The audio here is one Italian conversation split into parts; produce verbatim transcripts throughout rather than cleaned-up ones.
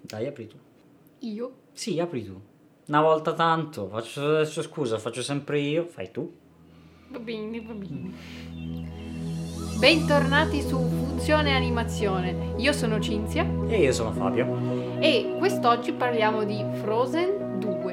Dai, apri tu. Io? Sì, apri tu. Una volta tanto, faccio adesso scusa, faccio sempre io, fai tu. Va bene, va bene. Bentornati su Funzione Animazione. Io sono Cinzia E io sono Fabio. e quest'oggi parliamo di Frozen due.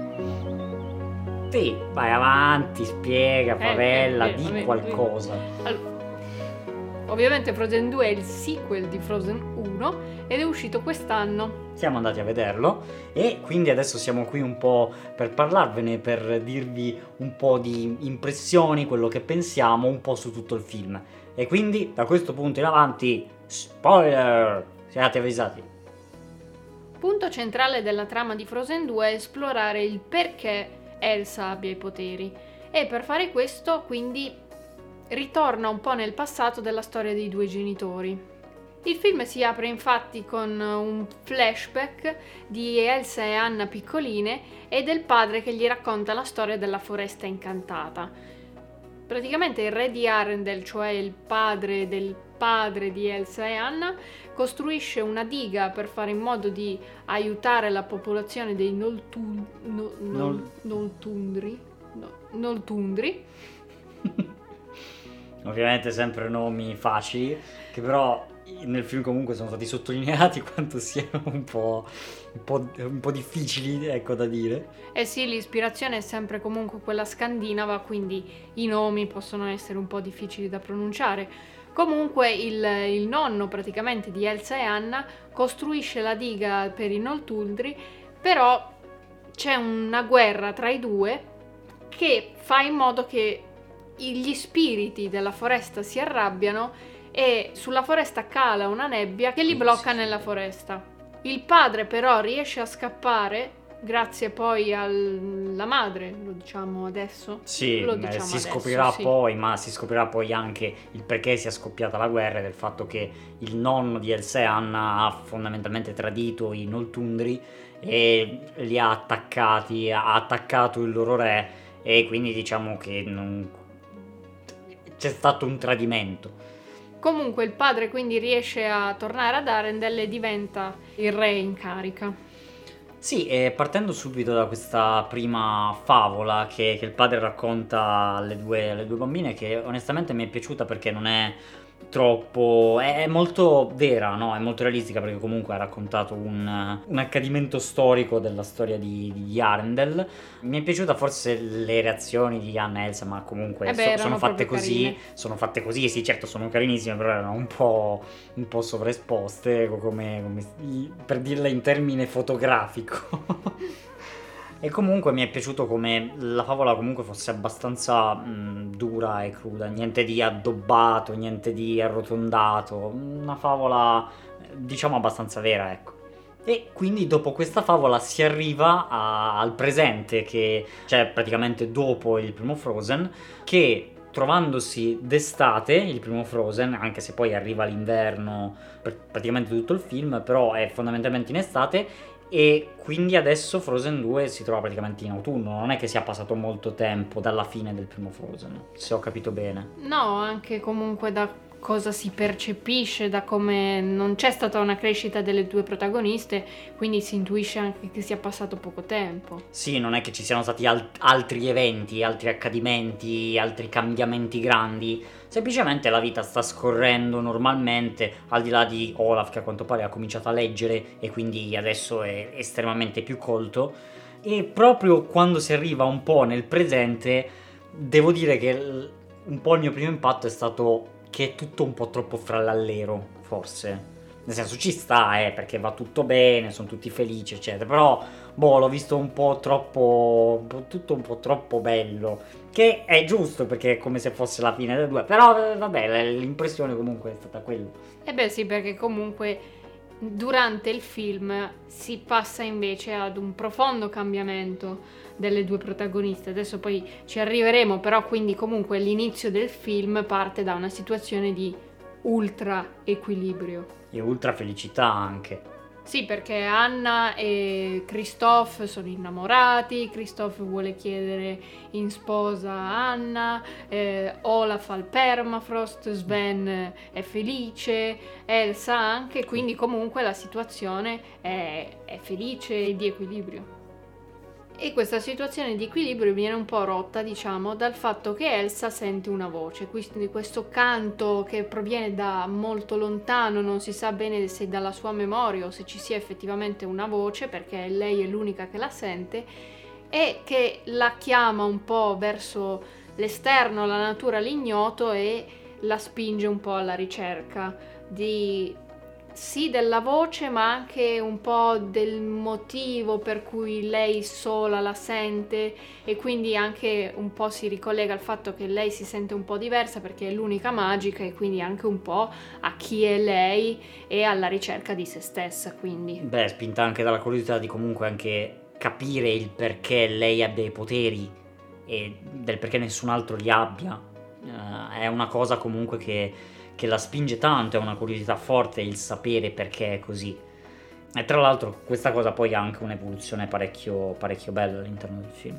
Sì, vai avanti, spiega, favella, eh, di vabbè, qualcosa. Allora, ovviamente Frozen due è il sequel di Frozen uno ed è uscito quest'anno. Siamo andati a vederlo e quindi adesso siamo qui un po' per parlarvene, per dirvi un po' di impressioni, quello che pensiamo un po' su tutto il film. E quindi da questo punto in avanti, spoiler! Siate avvisati. Punto centrale della trama di Frozen due è esplorare il perché Elsa abbia i poteri e per fare questo quindi ritorna un po' nel passato della storia dei due genitori. Il film si apre infatti con un flashback di Elsa e Anna piccoline e del padre che gli racconta la storia della foresta incantata. Praticamente il re di Arendelle, cioè il padre del padre di Elsa e Anna, costruisce una diga per fare in modo di aiutare la popolazione dei Noltun... No, Nol- Noltundri? No, Noltundri. Ovviamente sempre nomi facili, che però nel film comunque sono stati sottolineati quanto siano un po', un po', un po' difficili, ecco, da dire. Eh sì, l'ispirazione è sempre comunque quella scandinava, quindi i nomi possono essere un po' difficili da pronunciare. Comunque il, il nonno praticamente di Elsa e Anna costruisce la diga per i Noltundri, però c'è una guerra tra i due che fa in modo che gli spiriti della foresta si arrabbiano e sulla foresta cala una nebbia che li blocca nella foresta. Il padre però riesce a scappare grazie poi alla madre, lo diciamo adesso? Sì, lo eh, diciamo si adesso, scoprirà sì. poi, ma si scoprirà poi anche il perché sia scoppiata la guerra e del fatto che il nonno di Elsa e Anna ha fondamentalmente tradito i Noltundri e li ha attaccati, ha attaccato il loro re e quindi diciamo che non... c'è stato un tradimento. Comunque il padre quindi riesce a tornare ad Arendelle e diventa il re in carica. Sì, e partendo subito da questa prima favola che, che il padre racconta alle due, alle due bambine, che onestamente mi è piaciuta perché non è troppo... è, è molto vera, no? È molto realistica perché comunque ha raccontato un, un accadimento storico della storia di, di Arendelle. Mi è piaciuta forse le reazioni di Anna e Elsa, ma comunque Eh beh, so- erano sono fatte proprio così, carine. sono fatte così, sì certo sono carinissime, però erano un po', un po' sovraesposte, come, come- per dirla in termine fotografico. E comunque mi è piaciuto come la favola comunque fosse abbastanza mh, dura e cruda, niente di addobbato, niente di arrotondato, una favola eh, diciamo abbastanza vera, ecco. E quindi dopo questa favola si arriva a- al presente, che cioè praticamente dopo il primo Frozen, che trovandosi d'estate il primo Frozen, anche se poi arriva l'inverno per praticamente tutto il film, però è fondamentalmente in estate, e quindi adesso Frozen due si trova praticamente in autunno, non è che sia passato molto tempo dalla fine del primo Frozen, se ho capito bene. No, anche comunque da cosa si percepisce, da come non c'è stata una crescita delle due protagoniste, quindi si intuisce anche che sia passato poco tempo. Sì, non è che ci siano stati al- altri eventi, altri accadimenti, altri cambiamenti grandi, semplicemente la vita sta scorrendo normalmente, al di là di Olaf che a quanto pare ha cominciato a leggere e quindi adesso è estremamente più colto, e proprio quando si arriva un po' nel presente, devo dire che l- un po' il mio primo impatto è stato che è tutto un po' troppo frallallero, forse. Nel senso ci sta, eh, perché va tutto bene, sono tutti felici, eccetera. Però, boh, l'ho visto un po' troppo... un po' tutto un po' troppo bello. Che è giusto, perché è come se fosse la fine del due. Però, eh, vabbè, l'impressione comunque è stata quella. E beh sì, perché comunque durante il film si passa invece ad un profondo cambiamento delle due protagoniste. Adesso poi ci arriveremo, però quindi comunque l'inizio del film parte da una situazione di ultra equilibrio. E ultra felicità anche. Sì, perché Anna e Christophe sono innamorati, Christophe vuole chiedere in sposa Anna, eh, Olaf al permafrost, Sven è felice, Elsa anche, quindi comunque la situazione è, è felice e di equilibrio. E questa situazione di equilibrio viene un po' rotta, diciamo, dal fatto che Elsa sente una voce, quindi questo canto che proviene da molto lontano, non si sa bene se dalla sua memoria o se ci sia effettivamente una voce, perché lei è l'unica che la sente, e che la chiama un po' verso l'esterno, la natura, l'ignoto, e la spinge un po' alla ricerca di... sì, della voce, ma anche un po' del motivo per cui lei sola la sente, e quindi anche un po' si ricollega al fatto che lei si sente un po' diversa perché è l'unica magica, e quindi anche un po' a chi è lei e alla ricerca di se stessa, quindi. Beh, spinta anche dalla curiosità di comunque anche capire il perché lei abbia i poteri e del perché nessun altro li abbia. Uh, è una cosa comunque che che la spinge tanto, è una curiosità forte il sapere perché è così. E tra l'altro questa cosa poi ha anche un'evoluzione parecchio, parecchio bella all'interno del film.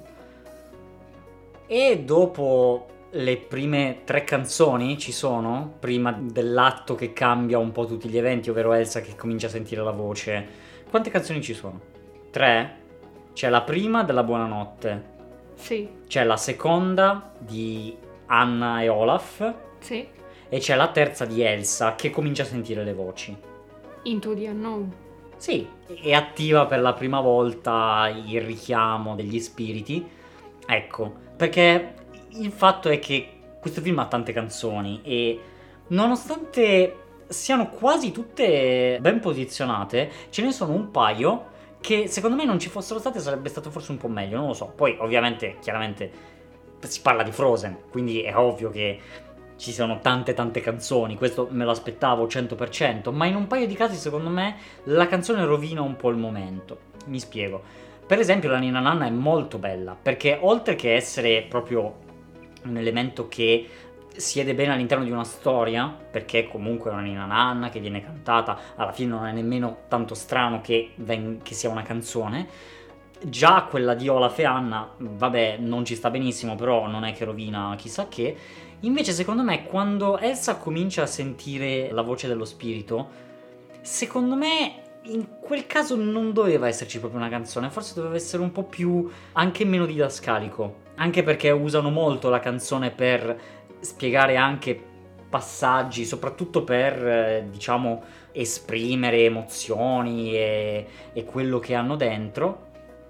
E dopo le prime tre canzoni ci sono, prima dell'atto che cambia un po' tutti gli eventi, ovvero Elsa che comincia a sentire la voce. Quante canzoni ci sono? Tre? C'è la prima della buonanotte. Sì. C'è la seconda di Anna e Olaf. Sì. E c'è la terza di Elsa che comincia a sentire le voci. Into the Unknown. Sì, e attiva per la prima volta il richiamo degli spiriti. Ecco, perché il fatto è che questo film ha tante canzoni e nonostante siano quasi tutte ben posizionate, ce ne sono un paio che secondo me non ci fossero state sarebbe stato forse un po' meglio, non lo so. Poi ovviamente, chiaramente, si parla di Frozen, quindi è ovvio che ci sono tante tante canzoni, questo me lo aspettavo cento per cento, ma in un paio di casi secondo me la canzone rovina un po' il momento. Mi spiego. Per esempio la Ninna Nanna è molto bella, perché oltre che essere proprio un elemento che siede bene all'interno di una storia, perché comunque è una Ninna Nanna che viene cantata, alla fine non è nemmeno tanto strano che, ven- che sia una canzone. Già quella di Olaf e Anna, vabbè, non ci sta benissimo, però non è che rovina chissà che. Invece secondo me quando Elsa comincia a sentire la voce dello spirito, secondo me in quel caso non doveva esserci proprio una canzone, forse doveva essere un po' più, anche meno didascalico, anche perché usano molto la canzone per spiegare anche passaggi, soprattutto per eh, diciamo esprimere emozioni e, e quello che hanno dentro.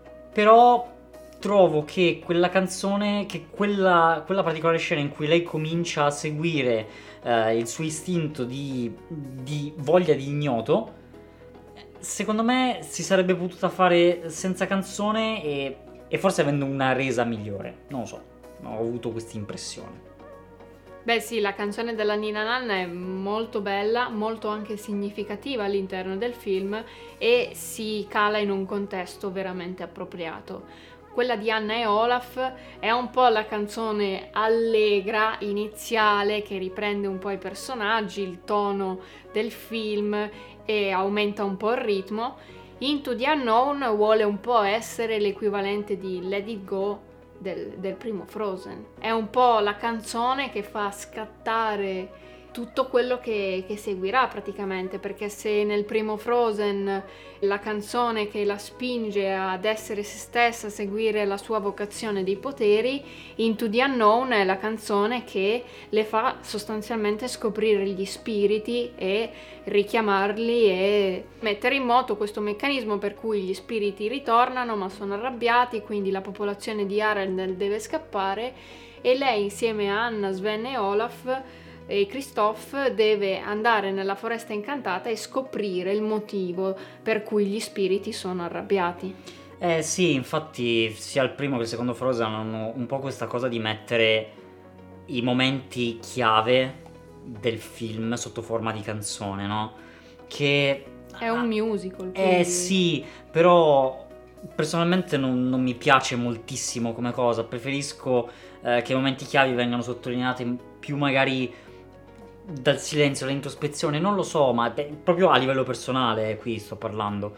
Però trovo che quella canzone, che quella, quella particolare scena in cui lei comincia a seguire eh, il suo istinto di, di voglia di ignoto, secondo me si sarebbe potuta fare senza canzone e, e forse avendo una resa migliore. Non lo so, ho avuto questa impressione. Beh sì, la canzone della Ninna Nanna è molto bella, molto anche significativa all'interno del film e si cala in un contesto veramente appropriato. Quella di Anna e Olaf è un po' la canzone allegra, iniziale, che riprende un po' i personaggi, il tono del film e aumenta un po' il ritmo. Into the Unknown vuole un po' essere l'equivalente di Let It Go del, del primo Frozen. È un po' la canzone che fa scattare tutto quello che, che seguirà praticamente, perché se nel primo Frozen la canzone che la spinge ad essere se stessa, a seguire la sua vocazione dei poteri, Into the Unknown è la canzone che le fa sostanzialmente scoprire gli spiriti e richiamarli e mettere in moto questo meccanismo per cui gli spiriti ritornano ma sono arrabbiati, quindi la popolazione di Arendelle deve scappare e lei insieme a Anna, Sven e Olaf e Christophe deve andare nella foresta incantata e scoprire il motivo per cui gli spiriti sono arrabbiati. Eh sì, infatti sia il primo che il secondo Frozen hanno un po' questa cosa di mettere i momenti chiave del film sotto forma di canzone, no? Che... È un musical. Eh quindi... sì, però personalmente non, non mi piace moltissimo come cosa, preferisco eh, che i momenti chiavi vengano sottolineati più magari dal silenzio, dall'introspezione, non lo so, ma beh, proprio a livello personale qui sto parlando.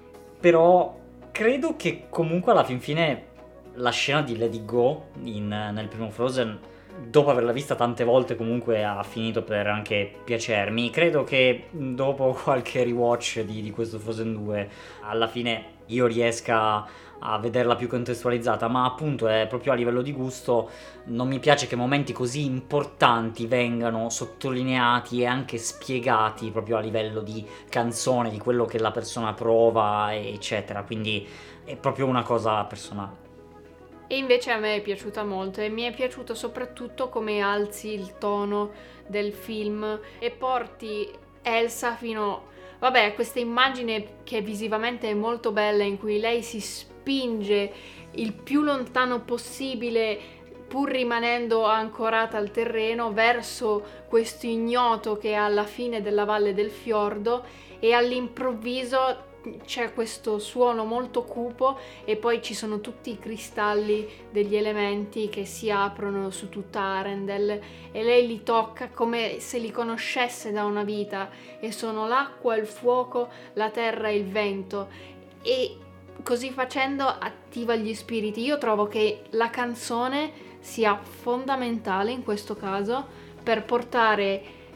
Però credo che comunque alla fin fine la scena di Let It Go in, nel primo Frozen, dopo averla vista tante volte, comunque ha finito per anche piacermi. Credo che dopo qualche rewatch di, di questo Frozen due alla fine io riesca a vederla più contestualizzata, ma appunto è proprio a livello di gusto. Non mi piace che momenti così importanti vengano sottolineati e anche spiegati proprio a livello di canzone, di quello che la persona prova, eccetera. Quindi è proprio una cosa personale. E invece a me è piaciuta molto, e mi è piaciuto soprattutto come alzi il tono del film e porti Elsa fino, vabbè, a questa immagine che visivamente è molto bella, in cui lei si spinge il più lontano possibile, pur rimanendo ancorata al terreno, verso questo ignoto che è alla fine della valle del fiordo, e all'improvviso c'è questo suono molto cupo e poi ci sono tutti i cristalli degli elementi che si aprono su tutta Arendelle, e lei li tocca come se li conoscesse da una vita, e sono l'acqua, il fuoco, la terra e il vento, e così facendo attiva gli spiriti. Io trovo che la canzone sia fondamentale in questo caso per portare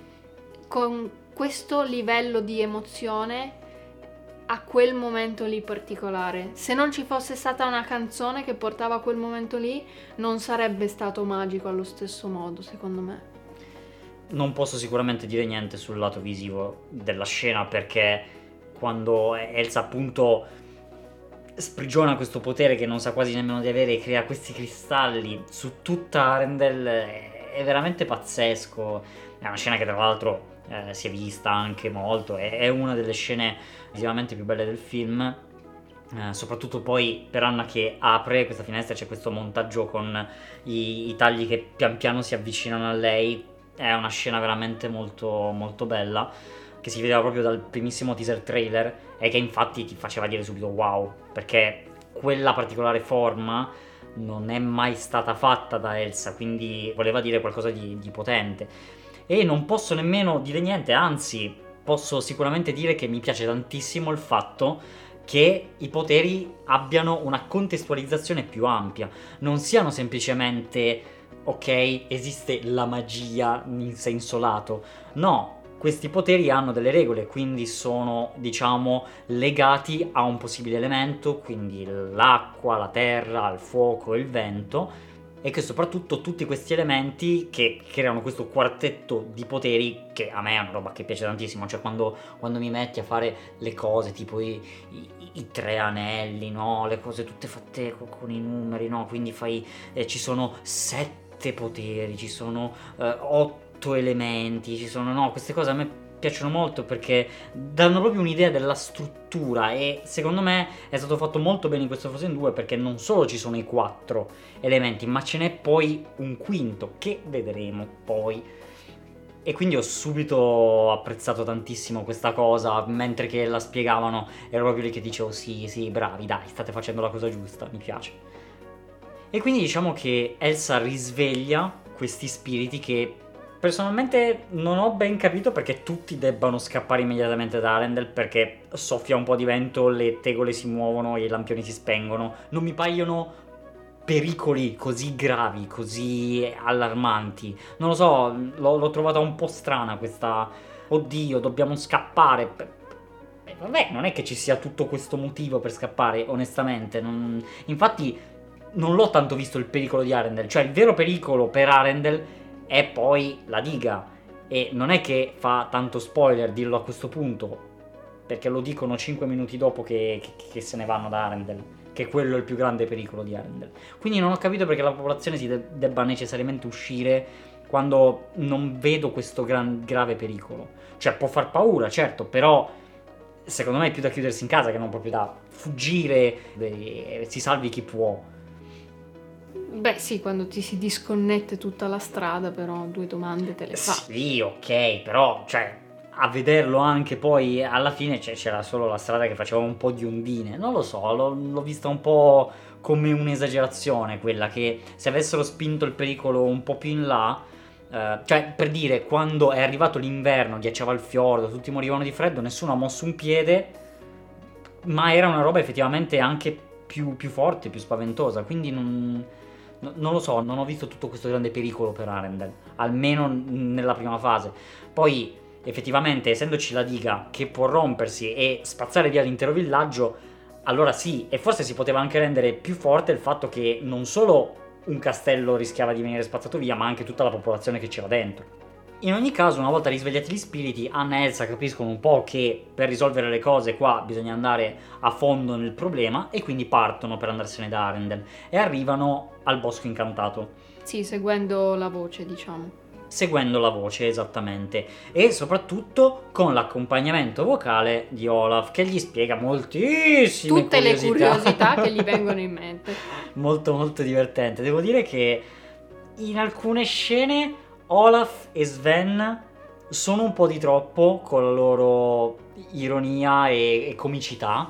con questo livello di emozione a quel momento lì particolare. Se non ci fosse stata una canzone che portava a quel momento lì, non sarebbe stato magico allo stesso modo, secondo me. Non posso sicuramente dire niente sul lato visivo della scena, perché quando Elsa appunto sprigiona questo potere che non sa quasi nemmeno di avere e crea questi cristalli su tutta Arendelle, è veramente pazzesco. È una scena che tra l'altro Eh, si è vista anche molto, è, è una delle scene visivamente più belle del film, eh, soprattutto poi per Anna che apre questa finestra, c'è questo montaggio con i, i tagli che pian piano si avvicinano a lei. È una scena veramente molto molto bella, che si vedeva proprio dal primissimo teaser trailer e che infatti ti faceva dire subito wow, perché quella particolare forma non è mai stata fatta da Elsa, quindi voleva dire qualcosa di, di potente. E non posso nemmeno dire niente, anzi posso sicuramente dire che mi piace tantissimo il fatto che i poteri abbiano una contestualizzazione più ampia, non siano semplicemente ok, esiste la magia in senso lato, no, questi poteri hanno delle regole, quindi sono, diciamo, legati a un possibile elemento, quindi l'acqua, la terra, il fuoco e il vento. E che soprattutto tutti questi elementi che creano questo quartetto di poteri, che a me è una roba che piace tantissimo, cioè quando, quando mi metti a fare le cose tipo i, i, i tre anelli, no? Le cose tutte fatte con, con i numeri, no? Quindi fai, eh, ci sono sette poteri, ci sono eh, otto elementi, ci sono, no? Queste cose a me piacciono molto perché danno proprio un'idea della struttura, e secondo me è stato fatto molto bene in questo Frozen due, perché non solo ci sono i quattro elementi, ma ce n'è poi un quinto che vedremo poi, e quindi ho subito apprezzato tantissimo questa cosa. Mentre che la spiegavano ero proprio lì che dicevo sì sì bravi, dai, state facendo la cosa giusta, mi piace. E quindi diciamo che Elsa risveglia questi spiriti che personalmente non ho ben capito perché tutti debbano scappare immediatamente da Arendelle, perché soffia un po' di vento, le tegole si muovono e i lampioni si spengono. Non mi paiono pericoli così gravi, così allarmanti. Non lo so, l'ho, l'ho trovata un po' strana questa oddio, dobbiamo scappare. E vabbè, non è che ci sia tutto questo motivo per scappare, onestamente. Non... Infatti non l'ho tanto visto il pericolo di Arendelle, cioè il vero pericolo per Arendelle è poi la diga, e non è che fa tanto spoiler dirlo a questo punto, perché lo dicono cinque minuti dopo che, che, che se ne vanno da Arendelle, che quello è il più grande pericolo di Arendelle. Quindi non ho capito perché la popolazione si de- debba necessariamente uscire quando non vedo questo gran, grave pericolo. Cioè può far paura, certo, però secondo me è più da chiudersi in casa che non proprio da fuggire, e si salvi chi può. Beh sì, quando ti si disconnette tutta la strada, però due domande te le fa. Sì, ok, però, cioè, a vederlo anche poi alla fine cioè, c'era solo la strada che faceva un po' di ondine. Non lo so, l'ho, l'ho vista un po' come un'esagerazione quella, che se avessero spinto il pericolo un po' più in là Uh, cioè, per dire, quando è arrivato l'inverno, ghiacciava il fiordo, tutti morivano di freddo, nessuno ha mosso un piede, ma era una roba effettivamente anche più, più forte, più spaventosa, quindi non, no, non lo so, non ho visto tutto questo grande pericolo per Arendelle, almeno nella prima fase. Poi, effettivamente, essendoci la diga che può rompersi e spazzare via l'intero villaggio, allora sì, e forse si poteva anche rendere più forte il fatto che non solo un castello rischiava di venire spazzato via, ma anche tutta la popolazione che c'era dentro. In ogni caso, una volta risvegliati gli spiriti, Anna e Elsa capiscono un po' che per risolvere le cose qua bisogna andare a fondo nel problema e quindi partono per andarsene da Arendelle e arrivano al bosco incantato. Sì, seguendo la voce, diciamo. Seguendo la voce, esattamente, e soprattutto con l'accompagnamento vocale di Olaf che gli spiega moltissime tutte curiosità. le curiosità che gli vengono in mente. Molto molto divertente. Devo dire che in alcune scene Olaf e Sven sono un po' di troppo con la loro ironia e, e comicità,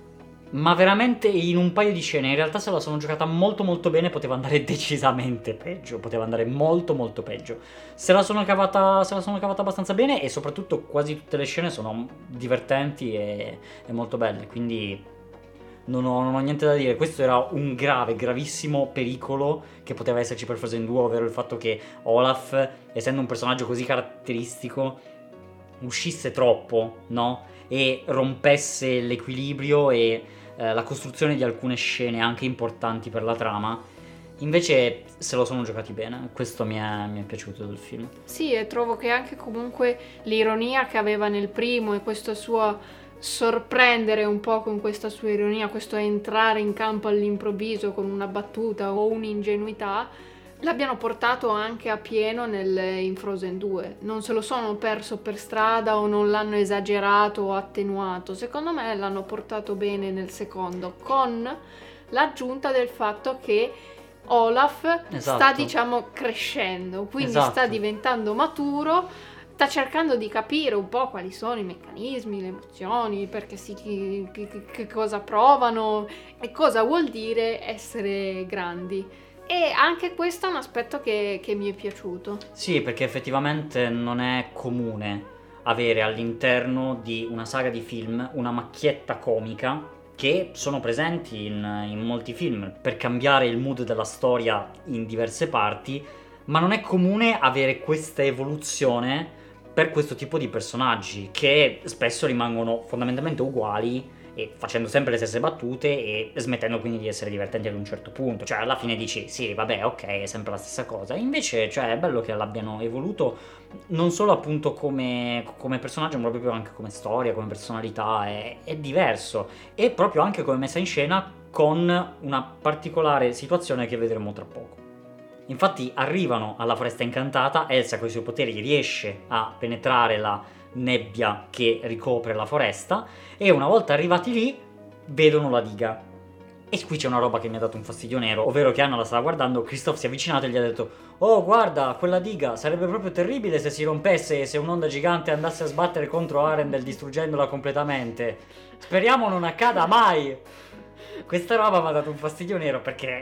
ma veramente in un paio di scene in realtà se la sono giocata molto molto bene. Poteva andare decisamente peggio, poteva andare molto molto peggio. Se la sono cavata, se la sono cavata abbastanza bene, e soprattutto quasi tutte le scene sono divertenti e, e molto belle, quindi non ho, non ho niente da dire. Questo era un grave, gravissimo pericolo che poteva esserci per Frozen due, ovvero il fatto che Olaf, essendo un personaggio così caratteristico, uscisse troppo, no? E rompesse l'equilibrio e eh, la costruzione di alcune scene anche importanti per la trama. Invece se lo sono giocati bene, questo mi è, mi è piaciuto del film. Sì, e trovo che anche comunque l'ironia che aveva nel primo e questo suo sorprendere un po' con questa sua ironia, questo entrare in campo all'improvviso con una battuta o un'ingenuità, l'abbiano portato anche a pieno nel, in Frozen due. Non se lo sono perso per strada o non l'hanno esagerato o attenuato. Secondo me l'hanno portato bene nel secondo, con l'aggiunta del fatto che Olaf esatto. sta, diciamo, crescendo, quindi esatto. sta diventando maturo, sta cercando di capire un po' quali sono i meccanismi, le emozioni, perché si, che, che cosa provano e cosa vuol dire essere grandi. E anche questo è un aspetto che, che mi è piaciuto. Sì, perché effettivamente non è comune avere all'interno di una saga di film una macchietta comica, che sono presenti in, in molti film per cambiare il mood della storia in diverse parti, ma non è comune avere questa evoluzione per questo tipo di personaggi, che spesso rimangono fondamentalmente uguali e facendo sempre le stesse battute e smettendo quindi di essere divertenti ad un certo punto. Cioè alla fine dici sì vabbè ok, è sempre la stessa cosa. Invece cioè è bello che l'abbiano evoluto non solo appunto come, come personaggio, ma proprio anche come storia, come personalità. È, è diverso, e proprio anche come messa in scena, con una particolare situazione che vedremo tra poco. Infatti arrivano alla foresta incantata, Elsa con i suoi poteri riesce a penetrare la nebbia che ricopre la foresta, e una volta arrivati lì vedono la diga. E qui c'è una roba che mi ha dato un fastidio nero, ovvero che Anna la stava guardando, Kristoff si è avvicinato e gli ha detto: oh guarda, quella diga sarebbe proprio terribile se si rompesse e se un'onda gigante andasse a sbattere contro Arendelle distruggendola completamente. Speriamo non accada mai. Questa roba mi ha dato un fastidio nero perché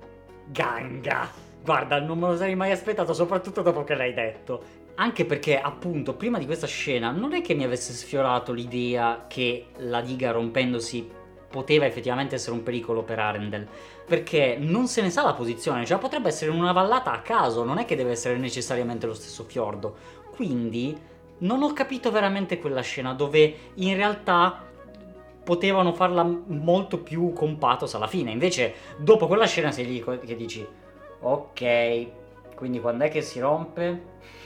ganga, guarda, non me lo sarei mai aspettato, soprattutto dopo che l'hai detto. Anche perché appunto prima di questa scena non è che mi avesse sfiorato l'idea che la diga rompendosi poteva effettivamente essere un pericolo per Arendelle, perché non se ne sa la posizione, cioè potrebbe essere in una vallata a caso, non è che deve essere necessariamente lo stesso fiordo. Quindi non ho capito veramente quella scena dove in realtà potevano farla molto più con pathos alla fine. Invece dopo quella scena sei lì che dici ok, quindi quando è che si rompe?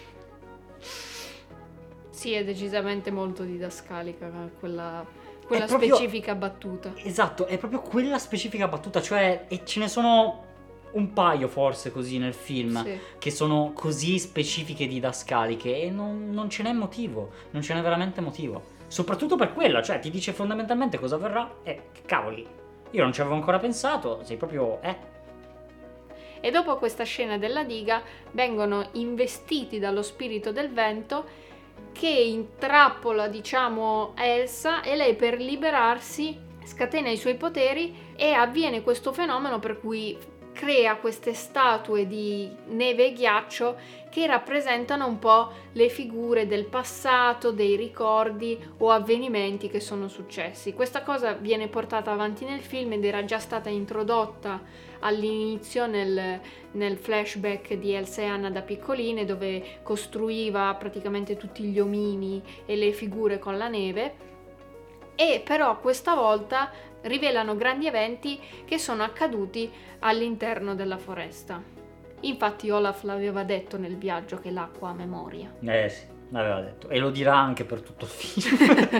Sì, è decisamente molto didascalica quella, quella proprio, specifica battuta. Esatto, è proprio quella specifica battuta, cioè, e ce ne sono un paio forse così nel film, sì, che sono così specifiche didascaliche, e non, non ce n'è motivo, non ce n'è veramente motivo. Soprattutto per quella, cioè ti dice fondamentalmente cosa avverrà e cavoli, io non ci avevo ancora pensato, sei proprio... eh... E dopo questa scena della diga vengono investiti dallo spirito del vento, che intrappola, diciamo, Elsa, e lei per liberarsi scatena i suoi poteri e avviene questo fenomeno per cui crea queste statue di neve e ghiaccio che rappresentano un po' le figure del passato, dei ricordi o avvenimenti che sono successi. Questa cosa viene portata avanti nel film ed era già stata introdotta all'inizio nel, nel flashback di Elsa e Anna da piccoline, dove costruiva praticamente tutti gli omini e le figure con la neve, e però questa volta rivelano grandi eventi che sono accaduti all'interno della foresta. Infatti Olaf l'aveva detto nel viaggio che l'acqua ha memoria. Eh sì, l'aveva detto. E lo dirà anche per tutto il film.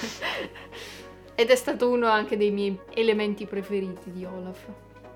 Ed è stato uno anche dei miei elementi preferiti di Olaf.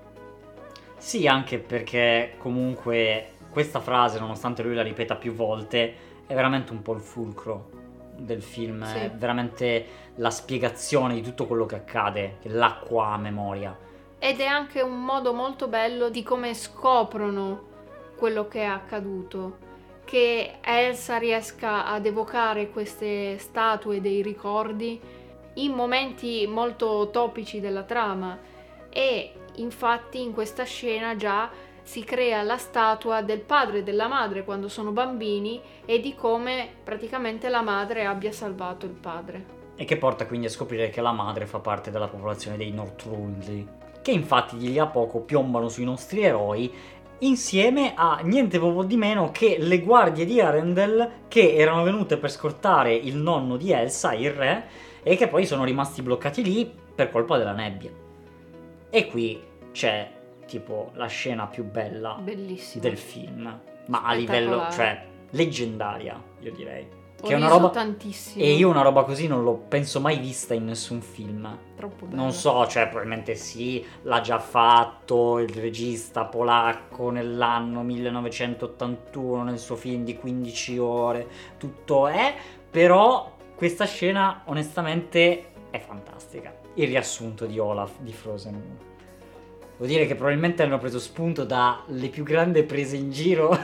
Sì, anche perché comunque questa frase, nonostante lui la ripeta più volte, è veramente un po' il fulcro del film. Sì. È veramente la spiegazione di tutto quello che accade, che l'acqua ha memoria. Ed è anche un modo molto bello di come scoprono quello che è accaduto, che Elsa riesca ad evocare queste statue dei ricordi in momenti molto topici della trama, e infatti in questa scena già si crea la statua del padre e della madre quando sono bambini e di come praticamente la madre abbia salvato il padre. E che porta quindi a scoprire che la madre fa parte della popolazione dei Northruldi, che infatti di lì a poco piombano sui nostri eroi insieme a niente proprio di meno che le guardie di Arendelle, che erano venute per scortare il nonno di Elsa, il re, e che poi sono rimasti bloccati lì per colpa della nebbia. E qui c'è tipo la scena più bella Bellissima. del film, ma a livello, cioè, leggendaria, io direi. Che è una riso roba tantissimo. E io una roba così non l'ho penso mai vista in nessun film. Troppo bello. Non so, cioè probabilmente sì, l'ha già fatto il regista polacco nell'anno millenovecentottantuno nel suo film di quindici ore, tutto è, però questa scena onestamente è fantastica. Il riassunto di Olaf di Frozen uno. Vuol dire che probabilmente hanno preso spunto dalle più grandi prese in giro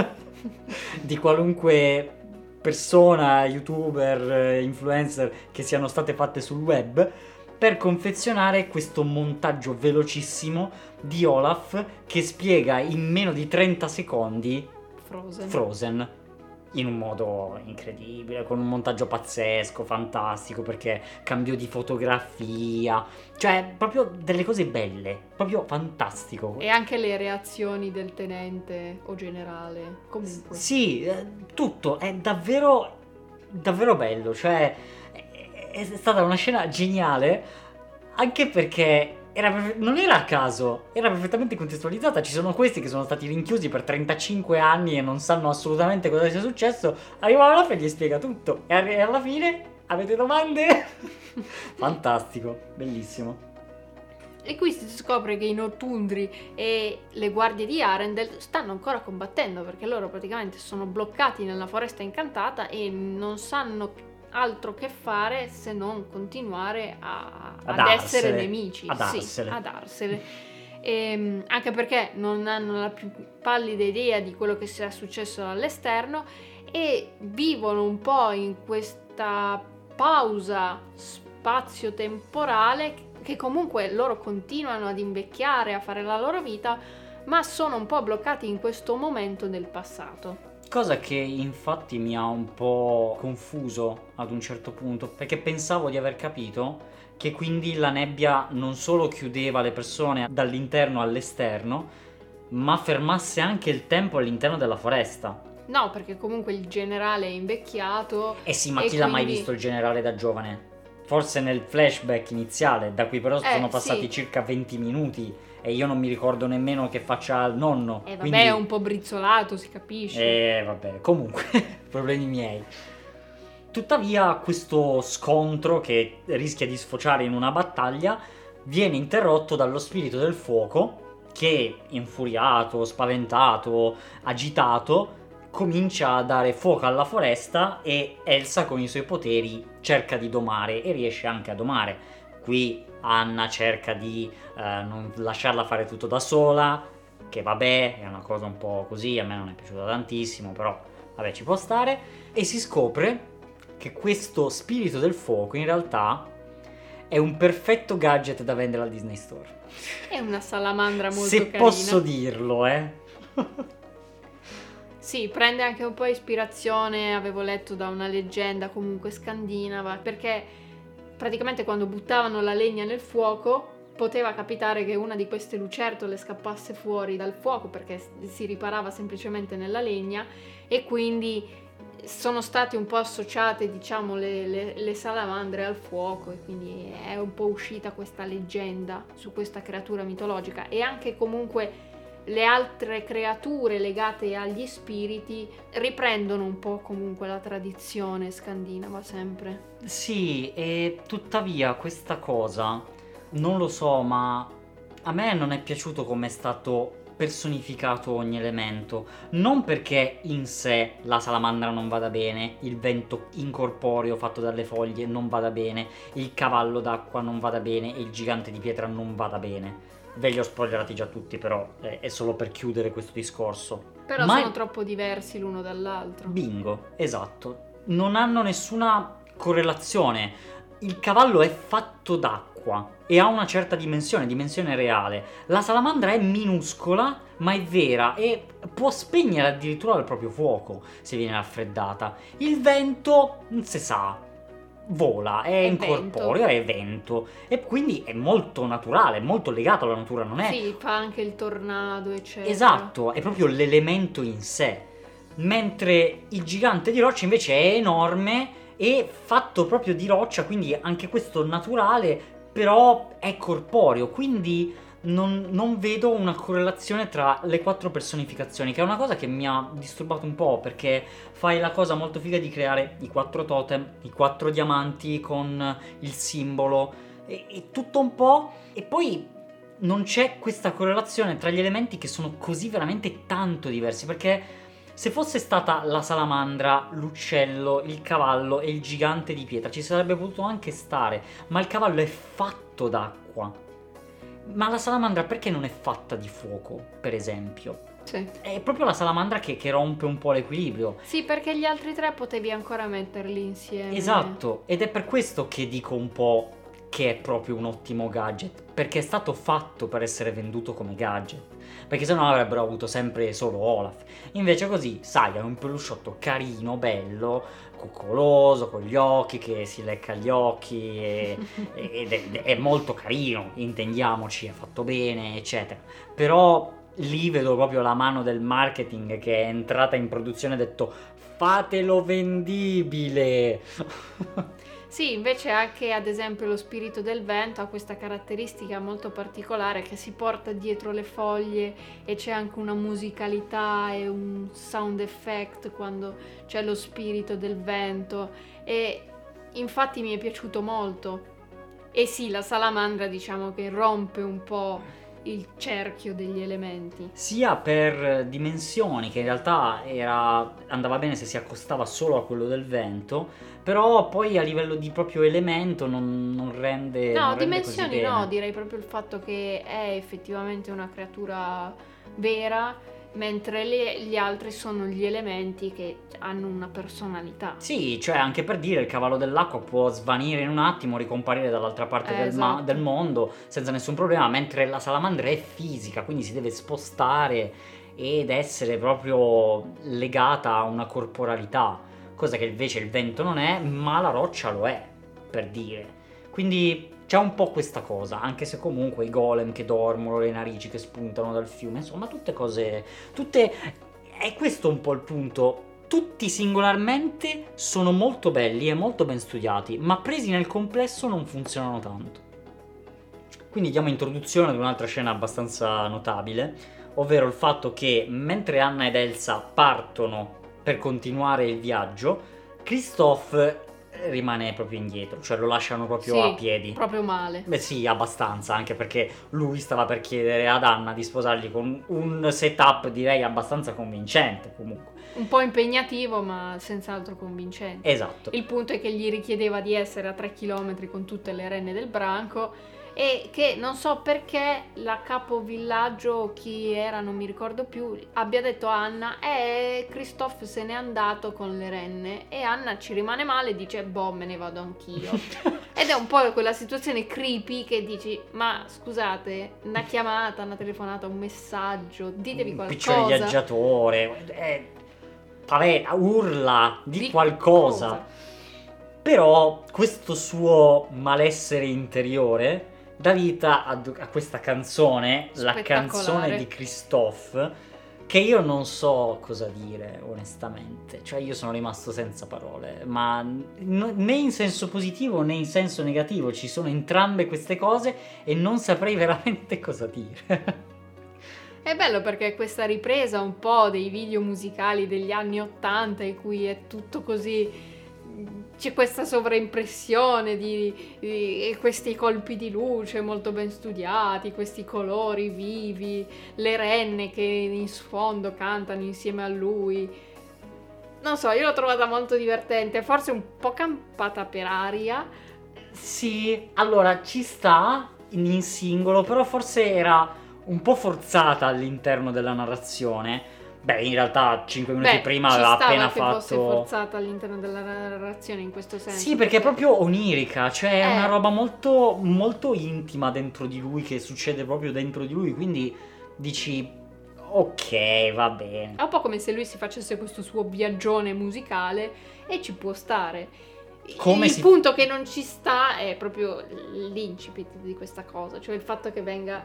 di qualunque persona, youtuber, influencer che siano state fatte sul web, per confezionare questo montaggio velocissimo di Olaf che spiega in meno di trenta secondi Frozen. Frozen in un modo incredibile, con un montaggio pazzesco, fantastico, perché cambio di fotografia, cioè proprio delle cose belle, proprio fantastico. E anche le reazioni del tenente o generale, comunque. Sì, eh, tutto è davvero davvero bello, cioè è, è stata una scena geniale, anche perché era perfe- non era a caso, era perfettamente contestualizzata. Ci sono questi che sono stati rinchiusi per trentacinque anni e non sanno assolutamente cosa sia successo. Arriva Olaf e gli spiega tutto, e arri- alla fine avete domande? Fantastico, bellissimo. E qui si scopre che i Northuldri e le guardie di Arendelle stanno ancora combattendo, perché loro praticamente sono bloccati nella foresta incantata e non sanno altro che fare se non continuare a, Ad ad arsene. essere nemici. Ad Sì, arsene. ad arsene. Ehm, anche perché non hanno la più pallida idea di quello che sia successo all'esterno e vivono un po' in questa pausa spazio-temporale che comunque loro continuano ad invecchiare, a fare la loro vita, ma sono un po' bloccati in questo momento del passato. Cosa che infatti mi ha un po' confuso ad un certo punto, perché pensavo di aver capito che quindi la nebbia non solo chiudeva le persone dall'interno all'esterno, ma fermasse anche il tempo all'interno della foresta. No, perché comunque il generale è invecchiato. Eh sì, ma e chi l'ha mai quindi- visto il generale da giovane? Forse nel flashback iniziale, da cui però Eh, sono passati sì. circa venti minuti e io non mi ricordo nemmeno che faccia il nonno. Eh vabbè, quindi... è un po' brizzolato, si capisce. Eh vabbè, comunque, problemi miei. Tuttavia questo scontro, che rischia di sfociare in una battaglia, viene interrotto dallo spirito del fuoco che, infuriato, spaventato, agitato, comincia a dare fuoco alla foresta e Elsa con i suoi poteri cerca di domare e riesce anche a domare. Qui Anna cerca di eh, non lasciarla fare tutto da sola, che vabbè è una cosa un po' così, a me non è piaciuta tantissimo, però vabbè ci può stare, e si scopre che questo spirito del fuoco in realtà è un perfetto gadget da vendere al Disney Store. È una salamandra molto Se carina. posso dirlo, eh. Sì, prende anche un po' ispirazione, avevo letto da una leggenda comunque scandinava, perché praticamente quando buttavano la legna nel fuoco poteva capitare che una di queste lucertole scappasse fuori dal fuoco perché si riparava semplicemente nella legna, e quindi sono state un po' associate, diciamo, le, le, le salamandre al fuoco, e quindi è un po' uscita questa leggenda su questa creatura mitologica. E anche comunque le altre creature legate agli spiriti riprendono un po' comunque la tradizione scandinava sempre. Sì, e tuttavia questa cosa, non lo so, ma a me non è piaciuto come è stato personificato ogni elemento. Non perché in sé la salamandra non vada bene, il vento incorporeo fatto dalle foglie non vada bene, il cavallo d'acqua non vada bene e il gigante di pietra non vada bene. Ve li ho spoilerati già tutti, però eh, è solo per chiudere questo discorso. Però Ma sono è- troppo diversi l'uno dall'altro. Bingo, esatto. Non hanno nessuna correlazione. Il cavallo è fatto d'acqua e ha una certa dimensione, dimensione reale. La salamandra è minuscola, ma è vera e può spegnere addirittura il proprio fuoco se viene raffreddata. Il vento, non si sa, vola, è, È incorporeo, è vento. E quindi è molto naturale, è molto legato alla natura, non è... Sì, fa anche il tornado, eccetera. Esatto, è proprio l'elemento in sé. Mentre il gigante di roccia invece è enorme e fatto proprio di roccia, quindi anche questo naturale, però è corporeo, quindi non, non vedo una correlazione tra le quattro personificazioni, che è una cosa che mi ha disturbato un po', perché fai la cosa molto figa di creare i quattro totem, i quattro diamanti con il simbolo, e, e tutto un po', e poi non c'è questa correlazione tra gli elementi che sono così veramente tanto diversi, perché se fosse stata la salamandra, l'uccello, il cavallo e il gigante di pietra ci sarebbe potuto anche stare, ma il cavallo è fatto d'acqua. Ma la salamandra perché non è fatta di fuoco, per esempio? Sì. È proprio la salamandra che, che rompe un po' l'equilibrio. Sì, perché gli altri tre potevi ancora metterli insieme. Esatto, ed è per questo che dico un po' che è proprio un ottimo gadget, perché è stato fatto per essere venduto come gadget, perché sennò avrebbero avuto sempre solo Olaf. Invece così, sai, è un pelusciotto carino, bello, coccoloso, con gli occhi, che si lecca gli occhi, e- ed è, è molto carino, intendiamoci, è fatto bene, eccetera. Però lì vedo proprio la mano del marketing che è entrata in produzione e ha detto fatelo vendibile. Sì, invece anche ad esempio lo spirito del vento ha questa caratteristica molto particolare che si porta dietro le foglie, e c'è anche una musicalità e un sound effect quando c'è lo spirito del vento, e infatti mi è piaciuto molto. E sì, la salamandra diciamo che rompe un po' il cerchio degli elementi. Sia per dimensioni, che in realtà era, andava bene se si accostava solo a quello del vento, però poi a livello di proprio elemento non, non rende No, non rende dimensioni così bene. no, direi proprio il fatto che è effettivamente una creatura vera, mentre le- gli altri sono gli elementi che hanno una personalità. Sì, cioè anche per dire, il cavallo dell'acqua può svanire in un attimo, ricomparire dall'altra parte Eh, del, ma- esatto. del mondo senza nessun problema, mentre la salamandra è fisica, quindi si deve spostare ed essere proprio legata a una corporalità, cosa che invece il vento non è, ma la roccia lo è, per dire. Quindi c'è un po' questa cosa, anche se comunque i golem che dormono, le narici che spuntano dal fiume, insomma tutte cose, tutte... È questo un po' il punto. Tutti singolarmente sono molto belli e molto ben studiati, ma presi nel complesso non funzionano tanto. Quindi diamo introduzione ad un'altra scena abbastanza notabile, ovvero il fatto che mentre Anna ed Elsa partono per continuare il viaggio, Kristoff rimane proprio indietro, cioè lo lasciano proprio Sì, a piedi. proprio male. Beh sì, abbastanza, anche perché lui stava per chiedere ad Anna di sposargli con un setup direi abbastanza convincente comunque. Un po' impegnativo, ma senz'altro convincente. Esatto. Il punto è che gli richiedeva di essere a tre chilometri con tutte le renne del branco, e che non so perché la capovillaggio, chi era non mi ricordo più, abbia detto a Anna eh Christophe se n'è andato con le renne, e Anna ci rimane male e dice boh, me ne vado anch'io. Ed è un po' quella situazione creepy che dici ma scusate, una chiamata, una telefonata, un messaggio, ditevi un qualcosa, piccione viaggiatore, eh, paventa, urla di, Di qualcosa. cosa. Però questo suo malessere interiore dà vita a, a questa canzone, la Spettacolare. canzone di Christophe, che io non so cosa dire onestamente, cioè io sono rimasto senza parole, ma n- né in senso positivo né in senso negativo, ci sono entrambe queste cose e non saprei veramente cosa dire. È bello perché questa ripresa un po' dei video musicali degli anni ottanta in cui è tutto così, c'è questa sovraimpressione di, di e questi colpi di luce molto ben studiati, questi colori vivi, le renne che in sfondo cantano insieme a lui. Non so, io l'ho trovata molto divertente, forse un po' campata per aria. Sì, allora ci sta in singolo, però forse era un po' forzata all'interno della narrazione. Beh, in realtà cinque minuti Beh, prima ci aveva stava appena che fatto. fosse forzata all'interno della narrazione in questo senso. Sì, perché è proprio onirica, cioè è Eh. una roba molto, molto intima dentro di lui, che succede proprio dentro di lui, quindi dici, ok, va bene. È un po' come se lui si facesse questo suo viaggione musicale e ci può stare. Come il si- punto che non ci sta è proprio l'incipit di questa cosa, cioè il fatto che venga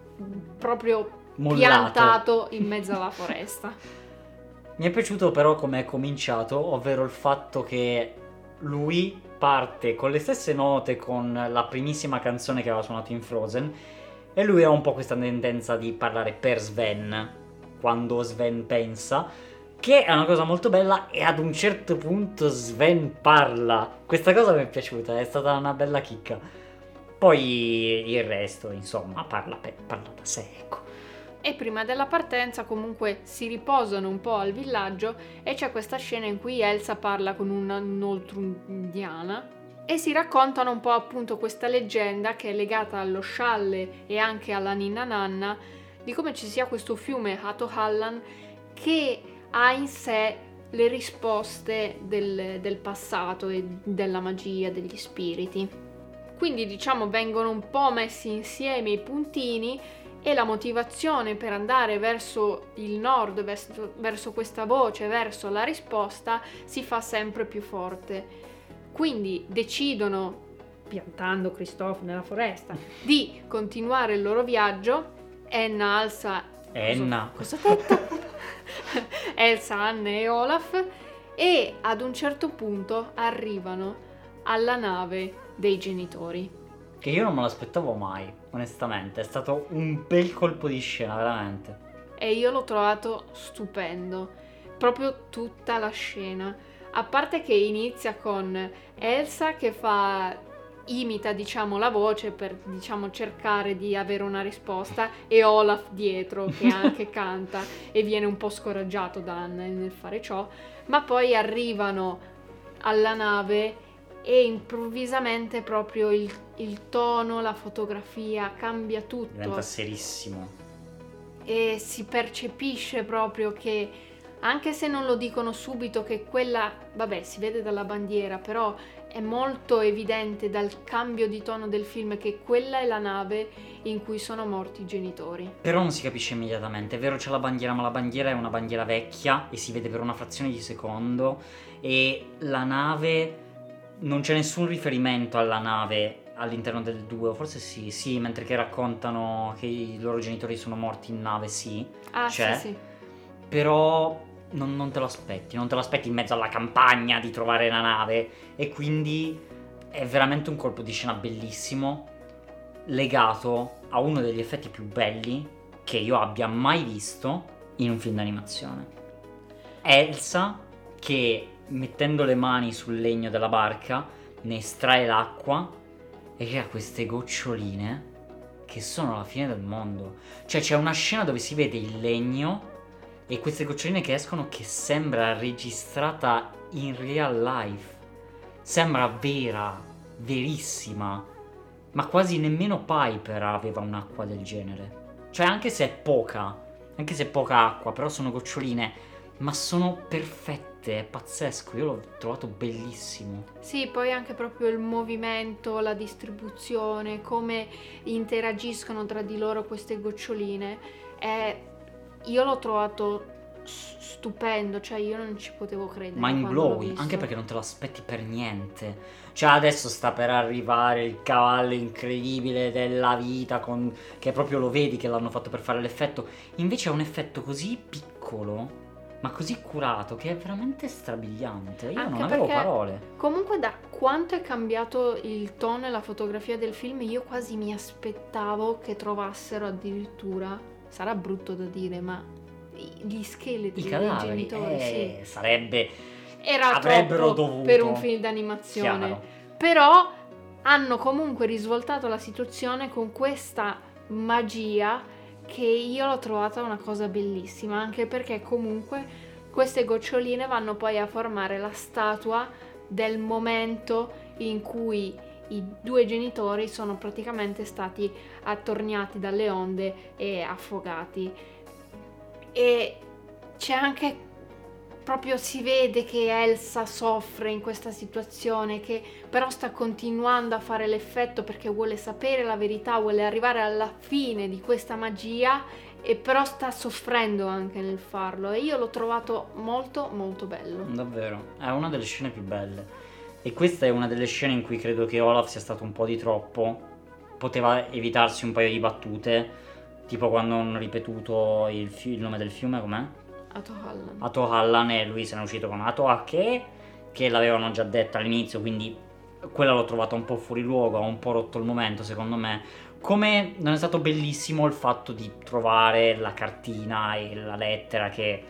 proprio Mollato. piantato in mezzo alla foresta. Mi è piaciuto però come è cominciato, ovvero il fatto che lui parte con le stesse note con la primissima canzone che aveva suonato in Frozen, e lui ha un po' questa tendenza di parlare per Sven quando Sven pensa, che è una cosa molto bella, e ad un certo punto Sven parla. Questa cosa mi è piaciuta, è stata una bella chicca. Poi il resto, insomma, parla, per, parla da sé, ecco. E prima della partenza comunque si riposano un po' al villaggio e c'è questa scena in cui Elsa parla con una Noltrundiana e si raccontano un po' appunto questa leggenda che è legata allo scialle e anche alla ninna nanna, di come ci sia questo fiume Hatohallan che ha in sé le risposte del, del passato e della magia, degli spiriti. Quindi diciamo vengono un po' messi insieme i puntini e la motivazione per andare verso il nord, verso, verso questa voce, verso la risposta, si fa sempre più forte. Quindi decidono, piantando Christophe nella foresta, di continuare il loro viaggio. Enna, Elsa... Enna. Cosa ho detto? Elsa, Anna e Olaf, e ad un certo punto arrivano alla nave dei genitori. Che io non me l'aspettavo mai, onestamente. È stato un bel colpo di scena, veramente. E io l'ho trovato stupendo, proprio tutta la scena. A parte che inizia con Elsa che fa, imita diciamo la voce per diciamo cercare di avere una risposta, e Olaf dietro che anche canta e viene un po' scoraggiato da Anna nel fare ciò, ma poi arrivano alla nave e improvvisamente proprio il, il tono, la fotografia cambia tutto. Diventa serissimo. E si percepisce proprio che, anche se non lo dicono subito, che quella, vabbè, si vede dalla bandiera, però è molto evidente dal cambio di tono del film che quella è la nave in cui sono morti i genitori. Però non si capisce immediatamente, è vero c'è la bandiera, ma la bandiera è una bandiera vecchia e si vede per una frazione di secondo, e la nave, non c'è nessun riferimento alla nave all'interno del due, forse sì, sì, mentre che raccontano che i loro genitori sono morti in nave, sì, Ah, c'è, sì, sì. però non, non te lo aspetti, non te lo aspetti in mezzo alla campagna di trovare la nave, e quindi è veramente un colpo di scena bellissimo, legato a uno degli effetti più belli che io abbia mai visto in un film d'animazione. Elsa che, mettendo le mani sul legno della barca, ne estrae l'acqua e crea queste goccioline che sono la fine del mondo. Cioè c'è una scena dove si vede il legno e queste goccioline che escono, che sembra registrata in real life, sembra vera, verissima, ma quasi nemmeno Piper aveva un'acqua del genere. Cioè anche se è poca, anche se è poca acqua, però sono goccioline, ma sono perfette, è pazzesco, io l'ho trovato bellissimo. Sì, poi anche proprio il movimento, la distribuzione, come interagiscono tra di loro queste goccioline, è... io l'ho trovato stupendo, cioè io non ci potevo credere. Mind blowing, anche perché non te lo aspetti per niente. Cioè adesso sta per arrivare il cavallo incredibile della vita, con... che proprio lo vedi che l'hanno fatto per fare l'effetto. Invece è un effetto così piccolo, ma così curato, che è veramente strabiliante. Io Anche non avevo perché parole. Comunque da quanto è cambiato il tono e la fotografia del film, io quasi mi aspettavo che trovassero addirittura, sarà brutto da dire, ma gli scheletri I dei cadaveri, genitori, eh, sì. sarebbe... Era avrebbero troppo dovuto, per un film d'animazione. chiaro. Però hanno comunque risvoltato la situazione con questa magia che io l'ho trovata una cosa bellissima, anche perché comunque queste goccioline vanno poi a formare la statua del momento in cui i due genitori sono praticamente stati attorniati dalle onde e affogati. E c'è anche proprio, si vede che Elsa soffre in questa situazione, che però sta continuando a fare l'effetto perché vuole sapere la verità, vuole arrivare alla fine di questa magia, e però sta soffrendo anche nel farlo, e io l'ho trovato molto molto bello. Davvero, è una delle scene più belle. E questa è una delle scene in cui credo che Olaf sia stato un po' di troppo. Poteva evitarsi un paio di battute, tipo quando hanno ripetuto il, fi- il nome del fiume, com'è? Atohallan. Atohallan, e lui se n'è uscito con Atoake, che l'avevano già detta all'inizio, quindi quella l'ho trovata un po' fuori luogo, ha un po' rotto il momento secondo me. Come non è stato bellissimo il fatto di trovare la cartina e la lettera, che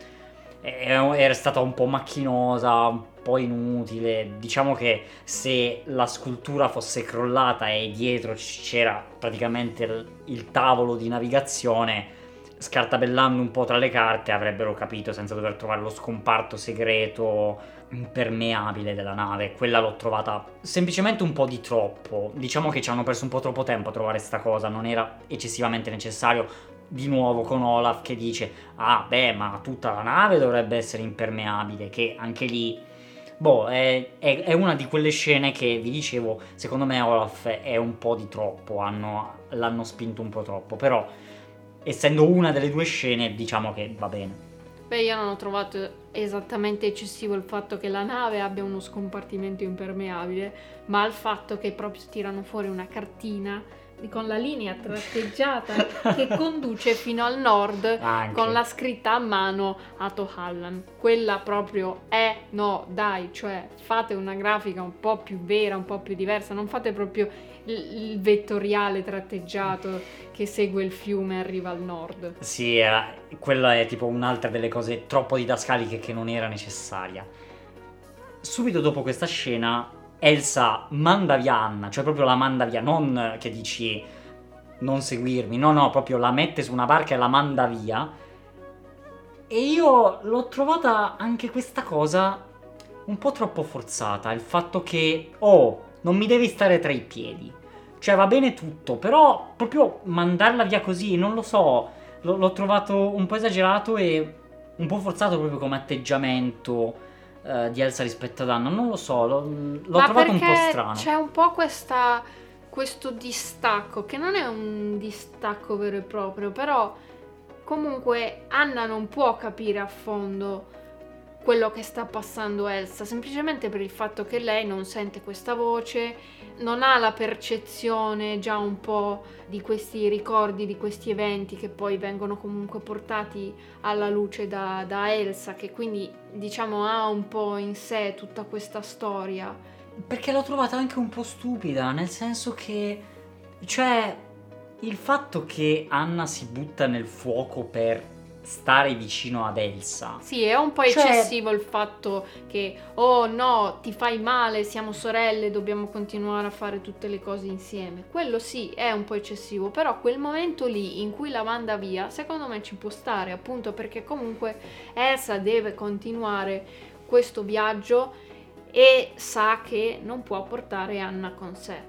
era stata un po' macchinosa, un po' inutile. Diciamo che se la scultura fosse crollata e dietro c'era praticamente il, il tavolo di navigazione, scartabellando un po' tra le carte avrebbero capito senza dover trovare lo scomparto segreto impermeabile della nave. Quella l'ho trovata semplicemente un po' di troppo. Diciamo che ci hanno perso un po' troppo tempo a trovare sta cosa, non era eccessivamente necessario. Di nuovo con Olaf che dice ah beh, ma tutta la nave dovrebbe essere impermeabile, che anche lì boh, è, è, è una di quelle scene che vi dicevo, secondo me Olaf è un po' di troppo, hanno, l'hanno spinto un po' troppo, però essendo una delle due scene diciamo che va bene. Beh, io non ho trovato esattamente eccessivo il fatto che la nave abbia uno scompartimento impermeabile, ma il fatto che proprio tirano fuori una cartina con la linea tratteggiata che conduce fino al nord, Anche. con la scritta a mano Atohallan. Quella proprio è, no dai, cioè fate una grafica un po' più vera, un po' più diversa, non fate proprio il, il vettoriale tratteggiato che segue il fiume e arriva al nord. Sì, era, quella è tipo un'altra delle cose troppo didascaliche che non era necessaria. Subito dopo questa scena Elsa manda via Anna, cioè proprio la manda via, non che dici non seguirmi, no no, proprio la mette su una barca e la manda via. E io l'ho trovata anche questa cosa un po' troppo forzata, il fatto che oh, non mi devi stare tra i piedi. Cioè va bene tutto, però proprio mandarla via così, non lo so, l- l'ho trovato un po' esagerato e un po' forzato proprio come atteggiamento Uh, di Elsa rispetto ad Anna, non lo so, l'ho, l'ho Ma trovato un po' perché strano. C'è un po' questa, questo distacco, che non è un distacco vero e proprio, però comunque Anna non può capire a fondo quello che sta passando Elsa, semplicemente per il fatto che lei non sente questa voce, non ha la percezione già un po' di questi ricordi, di questi eventi che poi vengono comunque portati alla luce da, da Elsa, che quindi diciamo ha un po' in sé tutta questa storia. Perché l'ho trovata anche un po' stupida, nel senso che, cioè, il fatto che Anna si butta nel fuoco per stare vicino ad Elsa. Sì, è un po' cioè... eccessivo il fatto che oh no, ti fai male, siamo sorelle, dobbiamo continuare a fare tutte le cose insieme. Quello sì, è un po' eccessivo, però quel momento lì in cui la manda via, secondo me ci può stare, appunto perché comunque Elsa deve continuare questo viaggio e sa che non può portare Anna con sé.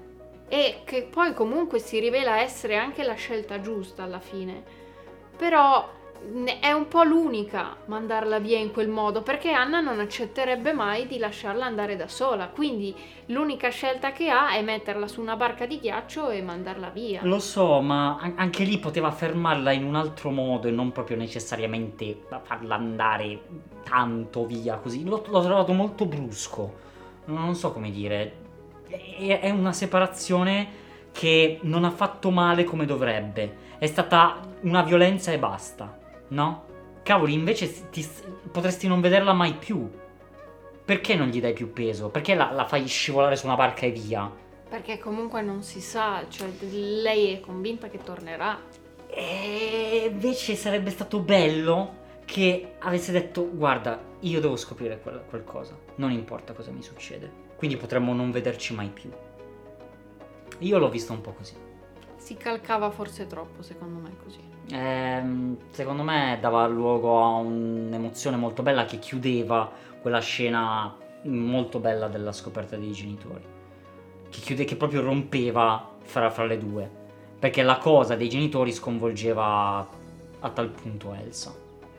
e che poi comunque si rivela essere anche la scelta giusta alla fine. Però è un po' l'unica mandarla via in quel modo, perché Anna non accetterebbe mai di lasciarla andare da sola, quindi l'unica scelta che ha è metterla su una barca di ghiaccio e mandarla via. Lo so, ma an- anche lì poteva fermarla in un altro modo e non proprio necessariamente farla andare tanto via così. L'ho, l'ho trovato molto brusco, non so come dire. È, è una separazione che non ha fatto male come dovrebbe, è stata una violenza e basta. No? Cavoli, invece ti, potresti non vederla mai più. Perché non gli dai più peso? Perché la, la fai scivolare su una barca e via? Perché comunque non si sa, cioè lei è convinta che tornerà. E invece sarebbe stato bello che avesse detto: guarda, io devo scoprire quella, qualcosa, non importa cosa mi succede. Quindi potremmo non vederci mai più. Io l'ho visto un po' così. Si calcava forse troppo, secondo me, così. Ehm, secondo me dava luogo a un'emozione molto bella che chiudeva quella scena molto bella della scoperta dei genitori, che, chiude, che proprio rompeva fra, fra le due, perché la cosa dei genitori sconvolgeva a tal punto Elsa.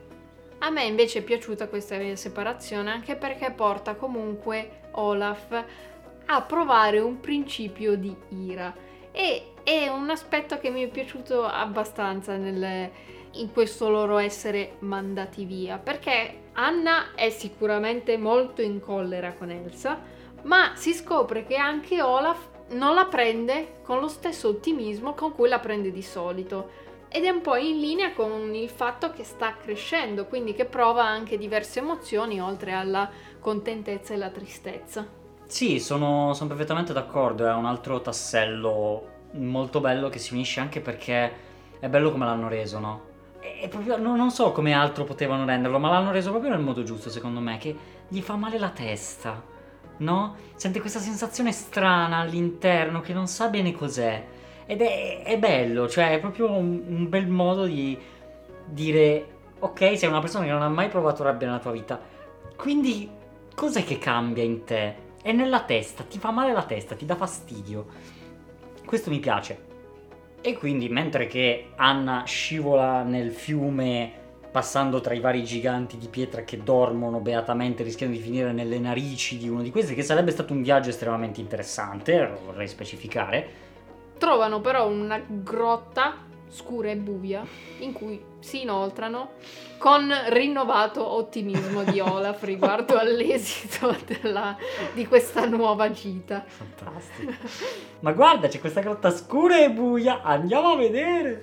A me invece è piaciuta questa separazione, anche perché porta comunque Olaf a provare un principio di ira, e è un aspetto che mi è piaciuto abbastanza nel, in questo loro essere mandati via, perché Anna è sicuramente molto in collera con Elsa, ma si scopre che anche Olaf non la prende con lo stesso ottimismo con cui la prende di solito, ed è un po' in linea con il fatto che sta crescendo, quindi che prova anche diverse emozioni oltre alla contentezza e la tristezza. Sì, sono, sono perfettamente d'accordo, è un altro tassello molto bello che si unisce, anche perché è bello come l'hanno reso, no? È proprio, no, non so come altro potevano renderlo, ma l'hanno reso proprio nel modo giusto, secondo me, che gli fa male la testa, no? Sente questa sensazione strana all'interno che non sa bene cos'è, ed è, è bello, cioè è proprio un, un bel modo di dire: ok, sei una persona che non ha mai provato rabbia nella tua vita, quindi cos'è che cambia in te? È nella testa, ti fa male la testa, ti dà fastidio. Questo mi piace. E quindi, mentre che Anna scivola nel fiume, passando tra i vari giganti di pietra che dormono beatamente, rischiando di finire nelle narici di uno di questi, che sarebbe stato un viaggio estremamente interessante, lo vorrei specificare. Trovano però una grotta scura e buia in cui si inoltrano, con rinnovato ottimismo di Olaf riguardo all'esito della, di questa nuova gita. Fantastico. Ma guarda, c'è questa grotta scura e buia, andiamo a vedere.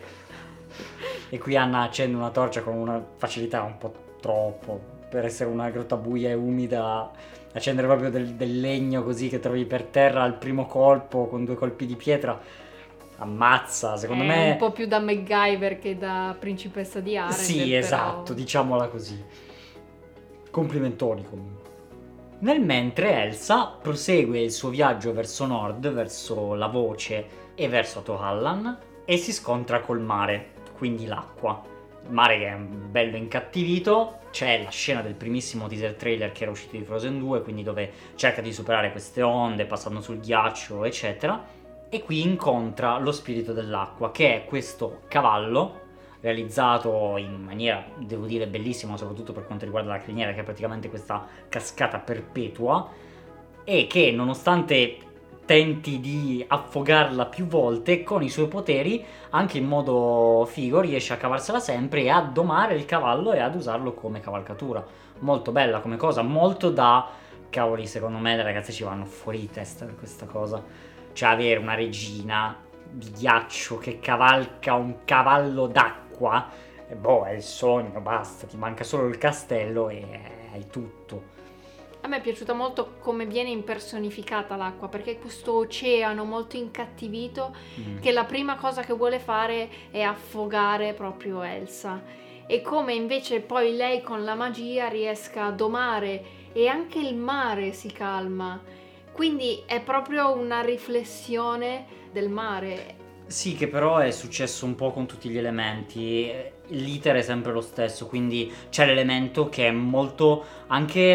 E qui Anna accende una torcia con una facilità un po' troppo per essere una grotta buia e umida. Accendere proprio del, del legno così che trovi per terra al primo colpo con due colpi di pietra. Ammazza, secondo è me... un po' più da MacGyver che da principessa di Arendelle. Sì, però... esatto, diciamola così. Complimentoni comunque. Nel mentre Elsa prosegue il suo viaggio verso nord, verso la Voce e verso Tohallan, e si scontra col mare, quindi l'acqua. Il mare che è bello incattivito. C'è la scena del primissimo teaser trailer che era uscito di Frozen due, quindi dove cerca di superare queste onde passando sul ghiaccio, eccetera. E qui incontra lo spirito dell'acqua, che è questo cavallo realizzato in maniera, devo dire, bellissima, soprattutto per quanto riguarda la criniera, che è praticamente questa cascata perpetua, e che, nonostante tenti di affogarla più volte, con i suoi poteri, anche in modo figo, riesce a cavarsela sempre e a domare il cavallo e ad usarlo come cavalcatura. Molto bella come cosa, molto da... Cavoli, secondo me le ragazze ci vanno fuori di testa per questa cosa. Cioè, avere una regina di ghiaccio che cavalca un cavallo d'acqua, e boh, è il sogno, basta, ti manca solo il castello e hai tutto. A me è piaciuta molto come viene impersonificata l'acqua, perché è questo oceano molto incattivito mm. che la prima cosa che vuole fare è affogare proprio Elsa, e come invece poi lei con la magia riesca a domare, e anche il mare si calma. Quindi è proprio una riflessione del mare. Sì, che però è successo un po' con tutti gli elementi. L'iter è sempre lo stesso, quindi c'è l'elemento che è molto anche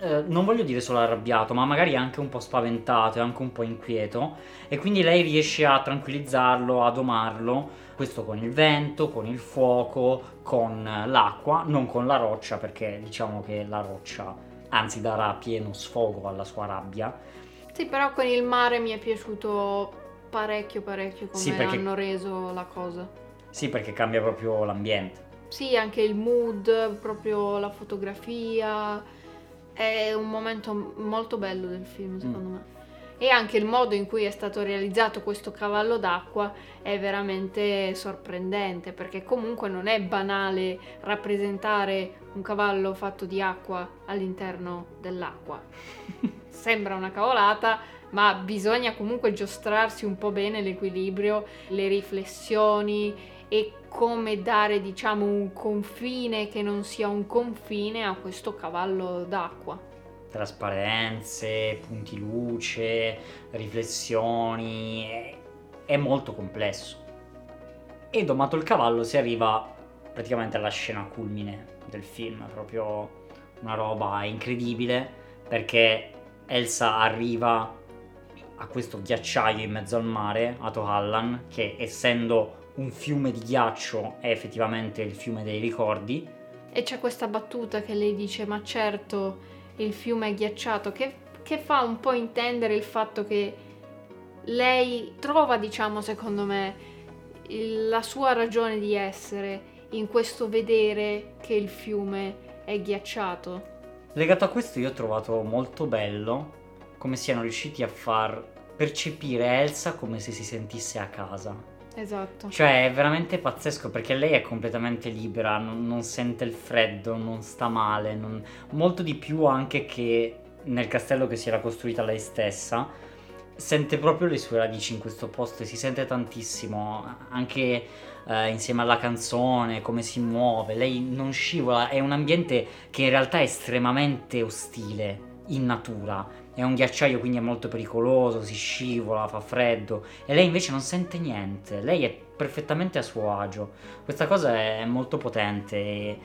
eh, non voglio dire solo arrabbiato, ma magari anche un po' spaventato e anche un po' inquieto, e quindi lei riesce a tranquillizzarlo, a domarlo, questo con il vento, con il fuoco, con l'acqua, non con la roccia, perché diciamo che la roccia anzi darà pieno sfogo alla sua rabbia. Sì, però con il mare mi è piaciuto parecchio parecchio come Sì, perché- hanno reso la cosa. Sì, perché cambia proprio l'ambiente. Sì, anche il mood, proprio la fotografia, è un momento molto bello del film, secondo me. E anche il modo in cui è stato realizzato questo cavallo d'acqua è veramente sorprendente, perché comunque non è banale rappresentare un cavallo fatto di acqua all'interno dell'acqua. Sembra una cavolata, ma bisogna comunque giostrarsi un po' bene l'equilibrio, le riflessioni e come dare, diciamo, un confine che non sia un confine a questo cavallo d'acqua. Trasparenze, punti luce, riflessioni, è, è molto complesso. E domato il cavallo si arriva praticamente alla scena culmine del film, proprio una roba incredibile, perché Elsa arriva a questo ghiacciaio in mezzo al mare, a Tohallan, che essendo un fiume di ghiaccio è effettivamente il fiume dei ricordi. E c'è questa battuta che lei dice: ma certo, il fiume è ghiacciato, che, che fa un po' intendere il fatto che lei trova, diciamo, secondo me, il- la sua ragione di essere in questo vedere che il fiume è ghiacciato. Legato a questo io ho trovato molto bello come siano riusciti a far percepire Elsa come se si sentisse a casa. Esatto. Cioè è veramente pazzesco, perché lei è completamente libera, non, non sente il freddo, non sta male, non- molto di più anche che nel castello che si era costruita lei stessa. Sente proprio le sue radici in questo posto e si sente tantissimo, anche eh, insieme alla canzone, come si muove, lei non scivola, è un ambiente che in realtà è estremamente ostile in natura. È un ghiacciaio, quindi è molto pericoloso, si scivola, fa freddo, e lei invece non sente niente, lei è perfettamente a suo agio. Questa cosa è molto potente e,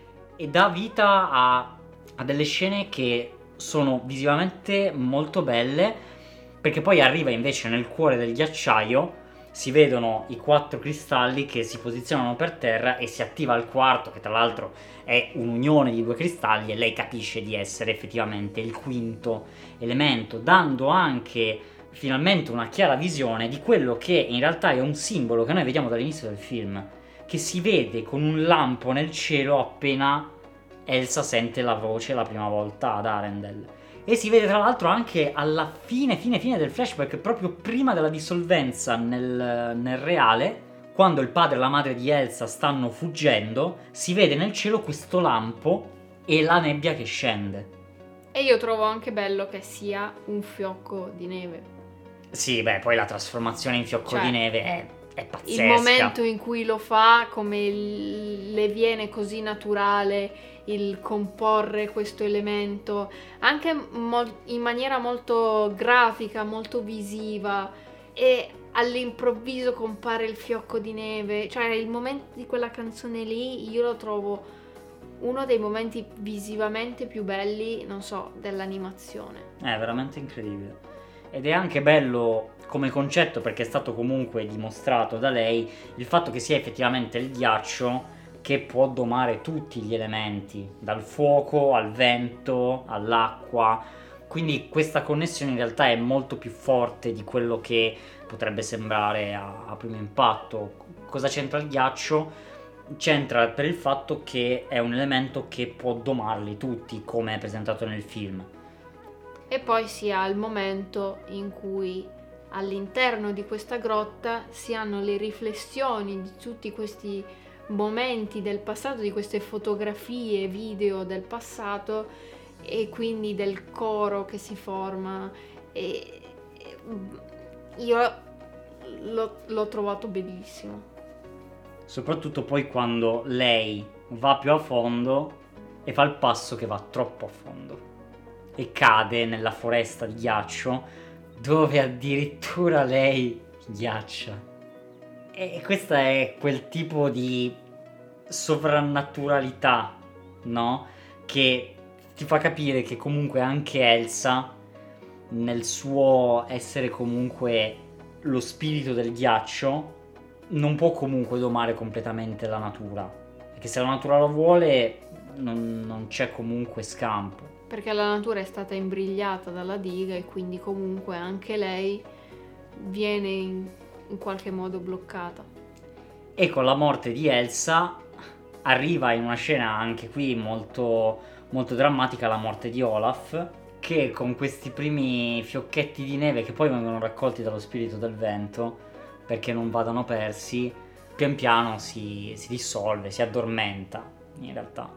e dà vita a, a delle scene che sono visivamente molto belle, perché poi arriva invece nel cuore del ghiacciaio, si vedono i quattro cristalli che si posizionano per terra e si attiva il quarto, che tra l'altro è un'unione di due cristalli, e lei capisce di essere effettivamente il quinto elemento, dando anche finalmente una chiara visione di quello che in realtà è un simbolo che noi vediamo dall'inizio del film, che si vede con un lampo nel cielo appena Elsa sente la voce la prima volta ad Arendelle. E si vede tra l'altro anche alla fine, fine, fine del flashback, proprio prima della dissolvenza nel, nel reale, quando il padre e la madre di Elsa stanno fuggendo, si vede nel cielo questo lampo e la nebbia che scende. E io trovo anche bello che sia un fiocco di neve. Sì, beh, poi la trasformazione in fiocco Cioè, di neve è, è pazzesca. Il momento in cui lo fa, come l- le viene così naturale il comporre questo elemento, anche mol- in maniera molto grafica, molto visiva, e all'improvviso compare il fiocco di neve, cioè il momento di quella canzone lì io lo trovo uno dei momenti visivamente più belli, non so, dell'animazione. È veramente incredibile. Ed è anche bello come concetto, perché è stato comunque dimostrato da lei il fatto che sia effettivamente il ghiaccio che può domare tutti gli elementi, dal fuoco al vento all'acqua. Quindi questa connessione in realtà è molto più forte di quello che potrebbe sembrare a, a primo impatto. Cosa c'entra il ghiaccio? C'entra per il fatto che è un elemento che può domarli tutti, come è presentato nel film. E poi si ha il momento in cui all'interno di questa grotta si hanno le riflessioni di tutti questi momenti del passato, di queste fotografie, video del passato, e quindi del coro che si forma. E e io l'ho, l'ho trovato bellissimo. Soprattutto poi quando lei va più a fondo e fa il passo che va troppo a fondo e cade nella foresta di ghiaccio, dove addirittura lei ghiaccia. E questo è quel tipo di sovrannaturalità, no? Che ti fa capire che comunque anche Elsa, nel suo essere comunque lo spirito del ghiaccio, non può comunque domare completamente la natura, perché se la natura lo vuole non, non c'è comunque scampo. Perché la natura è stata imbrigliata dalla diga e quindi comunque anche lei viene in, in qualche modo bloccata. E con la morte di Elsa arriva in una scena anche qui molto, molto drammatica la morte di Olaf, che con questi primi fiocchetti di neve che poi vengono raccolti dallo spirito del vento perché non vadano persi, pian piano si, si dissolve, si addormenta in realtà.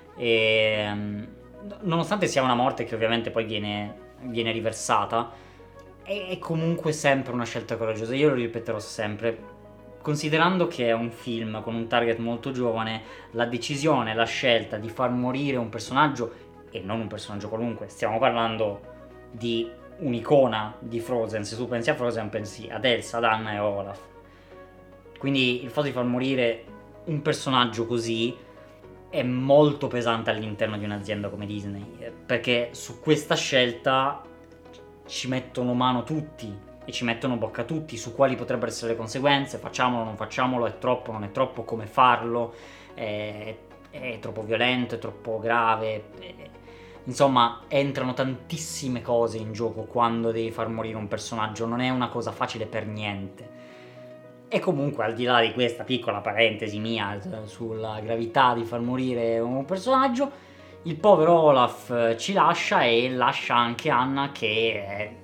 E nonostante sia una morte che ovviamente poi viene, viene riversata, è, è comunque sempre una scelta coraggiosa. Io lo ripeterò sempre, considerando che è un film con un target molto giovane, la decisione, la scelta di far morire un personaggio, e non un personaggio qualunque, stiamo parlando di un'icona di Frozen. Se tu pensi a Frozen pensi ad Elsa, ad Anna e Olaf, quindi il fatto di far morire un personaggio così è molto pesante all'interno di un'azienda come Disney, perché su questa scelta ci mettono mano tutti e ci mettono bocca tutti su quali potrebbero essere le conseguenze, facciamolo, non facciamolo, è troppo, non è troppo, come farlo, è, è troppo violento, è troppo grave, è, insomma entrano tantissime cose in gioco quando devi far morire un personaggio, non è una cosa facile per niente. E comunque, al di là di questa piccola parentesi mia sulla gravità di far morire un personaggio, il povero Olaf ci lascia e lascia anche Anna, che è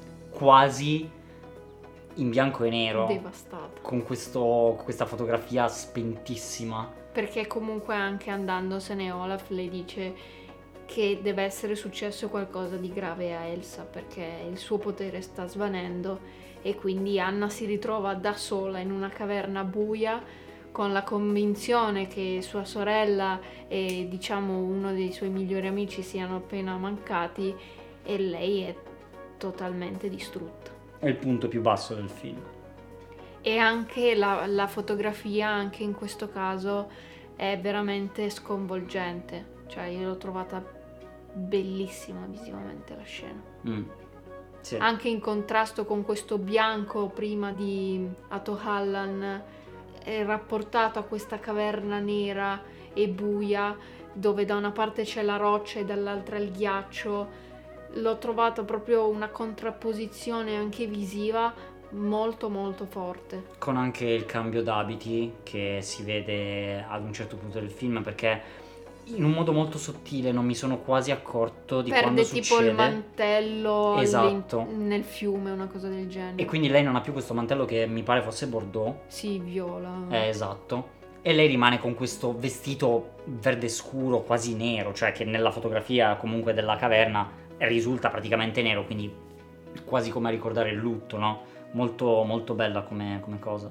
quasi in bianco e nero, devastata, con questo, questa fotografia spentissima. Perché comunque anche andandosene Olaf le dice che deve essere successo qualcosa di grave a Elsa, perché il suo potere sta svanendo. E quindi Anna si ritrova da sola in una caverna buia con la convinzione che sua sorella e diciamo uno dei suoi migliori amici siano appena mancati, e lei è totalmente distrutta. È il punto più basso del film. E anche la, la fotografia, anche in questo caso, è veramente sconvolgente. Cioè io l'ho trovata bellissima visivamente la scena. Mm. Sì. Anche in contrasto con questo bianco prima di Atohallan, è rapportato a questa caverna nera e buia dove da una parte c'è la roccia e dall'altra il ghiaccio. L'ho trovato proprio una contrapposizione anche visiva molto molto forte, con anche il cambio d'abiti che si vede ad un certo punto del film, perché in un modo molto sottile non mi sono quasi accorto di perde quando tipo succede. Il mantello esatto. nel fiume, una cosa del genere, e quindi lei non ha più questo mantello che mi pare fosse bordeaux, sì, viola, eh, esatto, e lei rimane con questo vestito verde scuro quasi nero, cioè che nella fotografia comunque della caverna risulta praticamente nero, quindi quasi come a ricordare il lutto, no? Molto molto bella come, come cosa.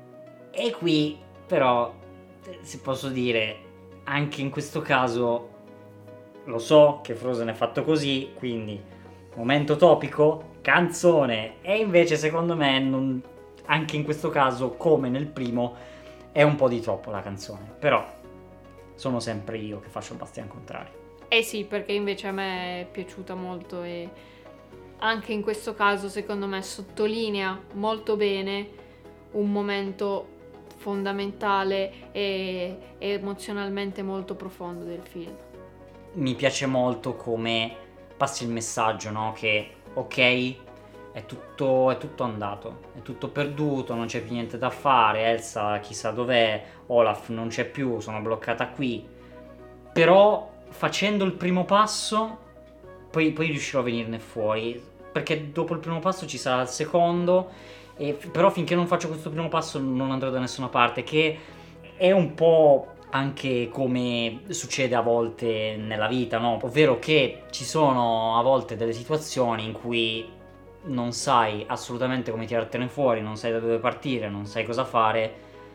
E qui però, se posso dire, anche in questo caso lo so che Frozen è fatto così, quindi momento topico, canzone, e invece secondo me non, anche in questo caso come nel primo è un po' di troppo la canzone, però sono sempre io che faccio il bastian contrario. Eh sì, perché invece a me è piaciuta molto e anche in questo caso secondo me sottolinea molto bene un momento fondamentale e emozionalmente molto profondo del film. Mi piace molto come passi il messaggio, no? Che ok, è tutto, è tutto andato, è tutto perduto, non c'è più niente da fare, Elsa chissà dov'è, Olaf non c'è più, sono bloccata qui, però facendo il primo passo poi, poi riuscirò a venirne fuori, perché dopo il primo passo ci sarà il secondo, e, però finché non faccio questo primo passo non andrò da nessuna parte, che è un po' anche come succede a volte nella vita, no? Ovvero che ci sono a volte delle situazioni in cui non sai assolutamente come tirartene fuori, non sai da dove partire, non sai cosa fare.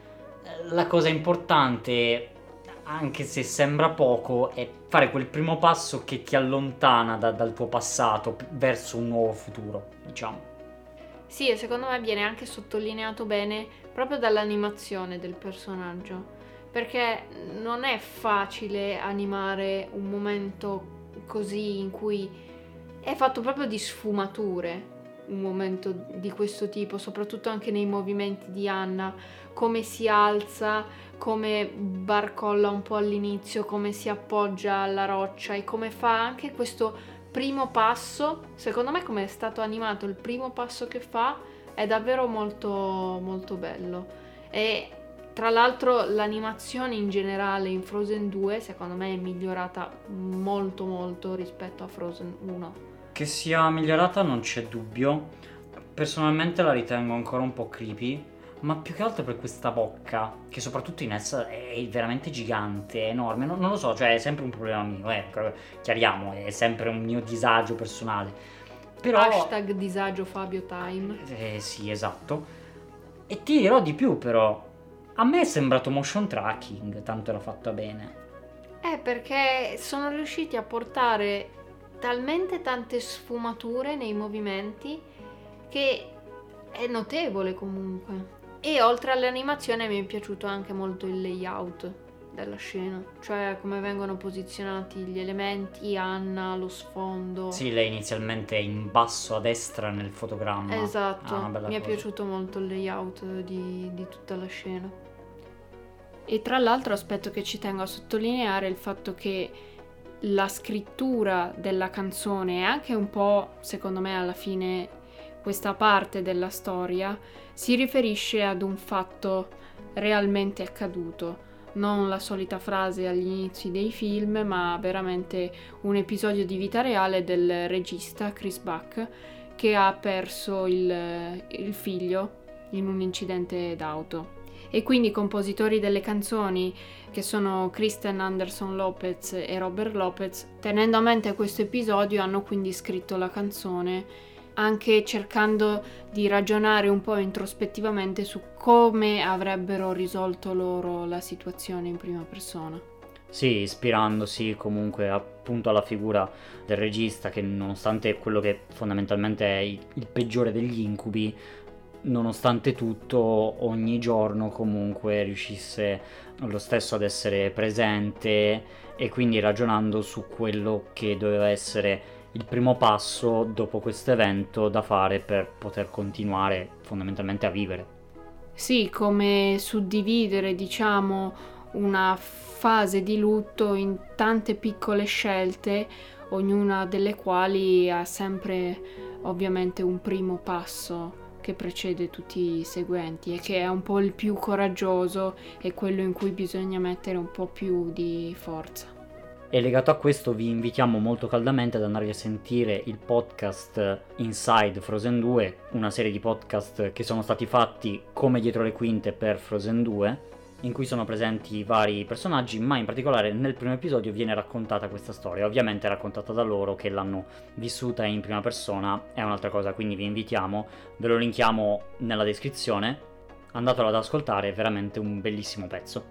La cosa importante, anche se sembra poco, è fare quel primo passo che ti allontana da, dal tuo passato verso un nuovo futuro, diciamo. Sì, e secondo me viene anche sottolineato bene proprio dall'animazione del personaggio, perché non è facile animare un momento così in cui è fatto proprio di sfumature, un momento di questo tipo, soprattutto anche nei movimenti di Anna, come si alza, come barcolla un po' all'inizio, come si appoggia alla roccia e come fa anche questo primo passo. Secondo me, come è stato animato il primo passo che fa è davvero molto molto bello. E tra l'altro l'animazione in generale in Frozen due secondo me è migliorata molto molto rispetto a Frozen uno. Che sia migliorata non c'è dubbio. Personalmente la ritengo ancora un po' creepy, ma più che altro per questa bocca, che soprattutto in essa è veramente gigante, è enorme. Non, non lo so, cioè è sempre un problema mio, eh. Chiariamo, è sempre un mio disagio personale. Però... Hashtag disagio Fabio time. Eh sì, esatto. E ti dirò di più però, a me è sembrato motion tracking, tanto era fatta bene. Eh, perché sono riusciti a portare talmente tante sfumature nei movimenti che è notevole comunque. E oltre all'animazione mi è piaciuto anche molto il layout della scena, cioè come vengono posizionati gli elementi, Anna, lo sfondo. Sì, lei inizialmente è in basso a destra nel fotogramma. Esatto, ah, mi è cosa. piaciuto molto il layout di, di tutta la scena. E tra l'altro aspetto che ci tengo a sottolineare il fatto che la scrittura della canzone e anche un po', secondo me alla fine, questa parte della storia si riferisce ad un fatto realmente accaduto, non la solita frase agli inizi dei film, ma veramente un episodio di vita reale del regista Chris Buck, che ha perso il, il figlio in un incidente d'auto. E quindi i compositori delle canzoni, che sono Kristen Anderson Lopez e Robert Lopez, tenendo a mente questo episodio, hanno quindi scritto la canzone anche cercando di ragionare un po' introspettivamente su come avrebbero risolto loro la situazione in prima persona. Sì, ispirandosi comunque appunto alla figura del regista, che nonostante quello che fondamentalmente è il peggiore degli incubi, nonostante tutto ogni giorno comunque riuscisse lo stesso ad essere presente, e quindi ragionando su quello che doveva essere il primo passo dopo questo evento da fare per poter continuare fondamentalmente a vivere. Sì, come suddividere, diciamo, una fase di lutto in tante piccole scelte, ognuna delle quali ha sempre ovviamente un primo passo che precede tutti i seguenti e che è un po' il più coraggioso e quello in cui bisogna mettere un po' più di forza. E legato a questo vi invitiamo molto caldamente ad andarvi a sentire il podcast Inside Frozen due, una serie di podcast che sono stati fatti come dietro le quinte per Frozen due, in cui sono presenti vari personaggi, ma in particolare nel primo episodio viene raccontata questa storia, ovviamente raccontata da loro che l'hanno vissuta in prima persona, è un'altra cosa, quindi vi invitiamo, ve lo linkiamo nella descrizione, andatelo ad ascoltare, è veramente un bellissimo pezzo.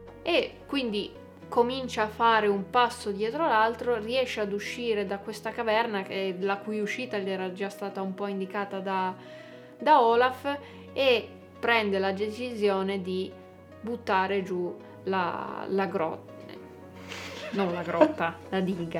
E quindi comincia a fare un passo dietro l'altro, riesce ad uscire da questa caverna, che, la cui uscita gli era già stata un po' indicata da, da Olaf, e prende la decisione di buttare giù la, la grotta, non la grotta, la diga.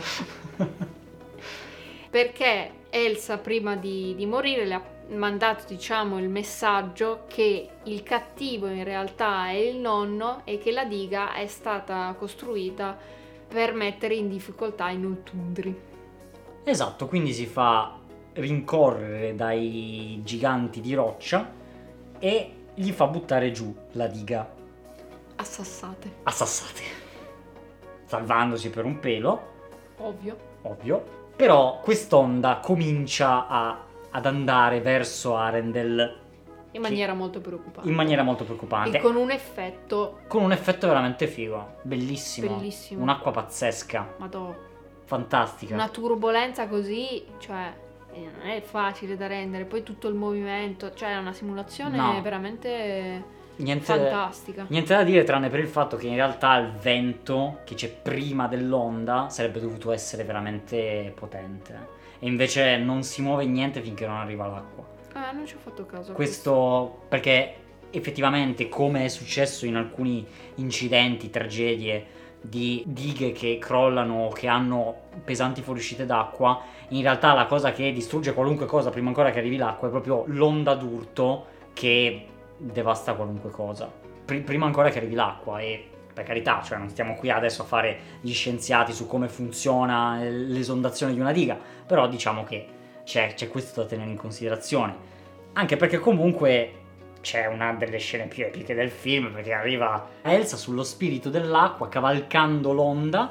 Perché Elsa prima di, di morire le ha mandato, diciamo, il messaggio che il cattivo in realtà è il nonno e che la diga è stata costruita per mettere in difficoltà i Nultundri. Esatto, quindi si fa rincorrere dai giganti di roccia e gli fa buttare giù la diga. A sassate. A sassate. Salvandosi per un pelo. Ovvio. Ovvio. Però quest'onda comincia a, ad andare verso Arendelle. In maniera molto preoccupante. In maniera molto preoccupante. E con un effetto... Con un effetto veramente figo. Bellissimo. Bellissimo. Un'acqua pazzesca. Madò. Fantastica. Una turbolenza così, cioè... non è facile da rendere, poi tutto il movimento, cioè è una simulazione no. veramente niente, fantastica. Niente da dire tranne per il fatto che in realtà il vento che c'è prima dell'onda sarebbe dovuto essere veramente potente e invece non si muove niente finché non arriva l'acqua. Ah, non ci ho fatto caso. Questo, questo perché effettivamente, come è successo in alcuni incidenti, tragedie di dighe che crollano, che hanno pesanti fuoriuscite d'acqua, in realtà la cosa che distrugge qualunque cosa prima ancora che arrivi l'acqua è proprio l'onda d'urto che devasta qualunque cosa, Pr- prima ancora che arrivi l'acqua. E per carità, cioè non stiamo qui adesso a fare gli scienziati su come funziona l'esondazione di una diga, però diciamo che c'è, c'è questo da tenere in considerazione, anche perché comunque c'è una delle scene più epiche del film, perché arriva Elsa sullo spirito dell'acqua, cavalcando l'onda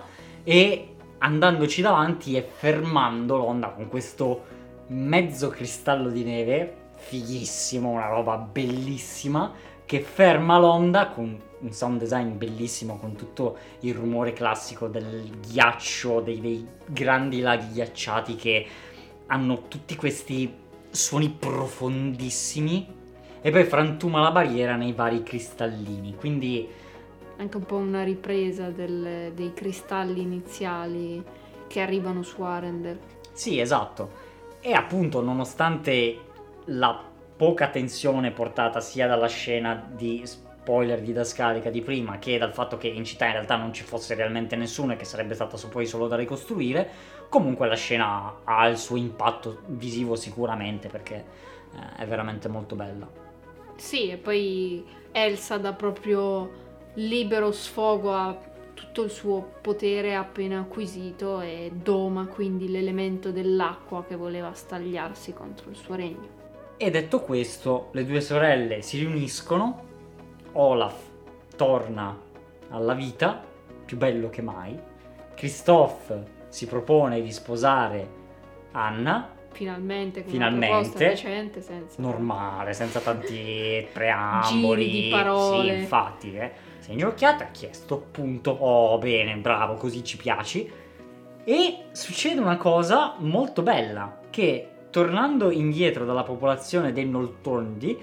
e andandoci davanti e fermando l'onda con questo mezzo cristallo di neve, fighissimo, una roba bellissima, che ferma l'onda con un sound design bellissimo, con tutto il rumore classico del ghiaccio, dei, dei grandi laghi ghiacciati che hanno tutti questi suoni profondissimi, e poi frantuma la barriera nei vari cristallini, quindi anche un po' una ripresa del, dei cristalli iniziali che arrivano su Arendelle. Sì, esatto. E appunto, nonostante la poca tensione portata sia dalla scena di spoiler didascalica di prima, che dal fatto che in città in realtà non ci fosse realmente nessuno e che sarebbe stata poi solo da ricostruire, comunque la scena ha il suo impatto visivo sicuramente, perché eh, è veramente molto bella. Sì, e poi Elsa dà proprio libero sfogo a tutto il suo potere appena acquisito e doma quindi l'elemento dell'acqua che voleva stagliarsi contro il suo regno. E detto questo, le due sorelle si riuniscono, Olaf torna alla vita, più bello che mai, Kristoff si propone di sposare Anna, Finalmente, con Finalmente, una proposta decente, senza normale, senza tanti preamboli, giri di parole. Sì, infatti, eh. Si è inginocchiata, ha chiesto, punto, oh bene, bravo, così ci piaci. E succede una cosa molto bella, che tornando indietro dalla popolazione dei Noltondi,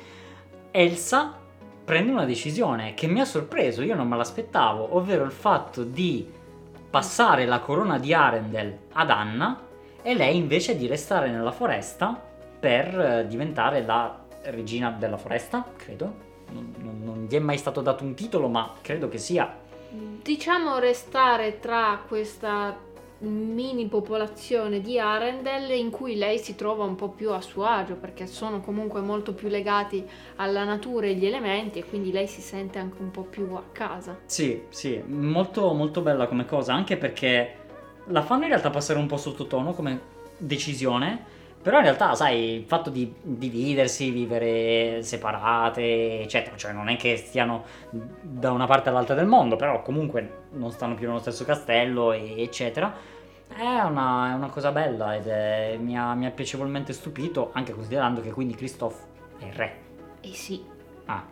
Elsa prende una decisione che mi ha sorpreso, io non me l'aspettavo, ovvero il fatto di passare la corona di Arendelle ad Anna, e lei invece di restare nella foresta per diventare la regina della foresta, credo. Non, non, non gli è mai stato dato un titolo, ma credo che sia, diciamo, restare tra questa mini popolazione di Arendelle in cui lei si trova un po' più a suo agio, perché sono comunque molto più legati alla natura e agli elementi, e quindi lei si sente anche un po' più a casa. Sì, sì, molto molto bella come cosa, anche perché la fanno in realtà passare un po' sottotono come decisione, però in realtà, sai, il fatto di dividersi, vivere separate, eccetera, cioè non è che stiano da una parte all'altra del mondo, però comunque non stanno più nello stesso castello, eccetera, è una, è una cosa bella ed è, mi, ha, mi ha piacevolmente stupito, anche considerando che quindi Kristoff è il re. Eh sì. Ah,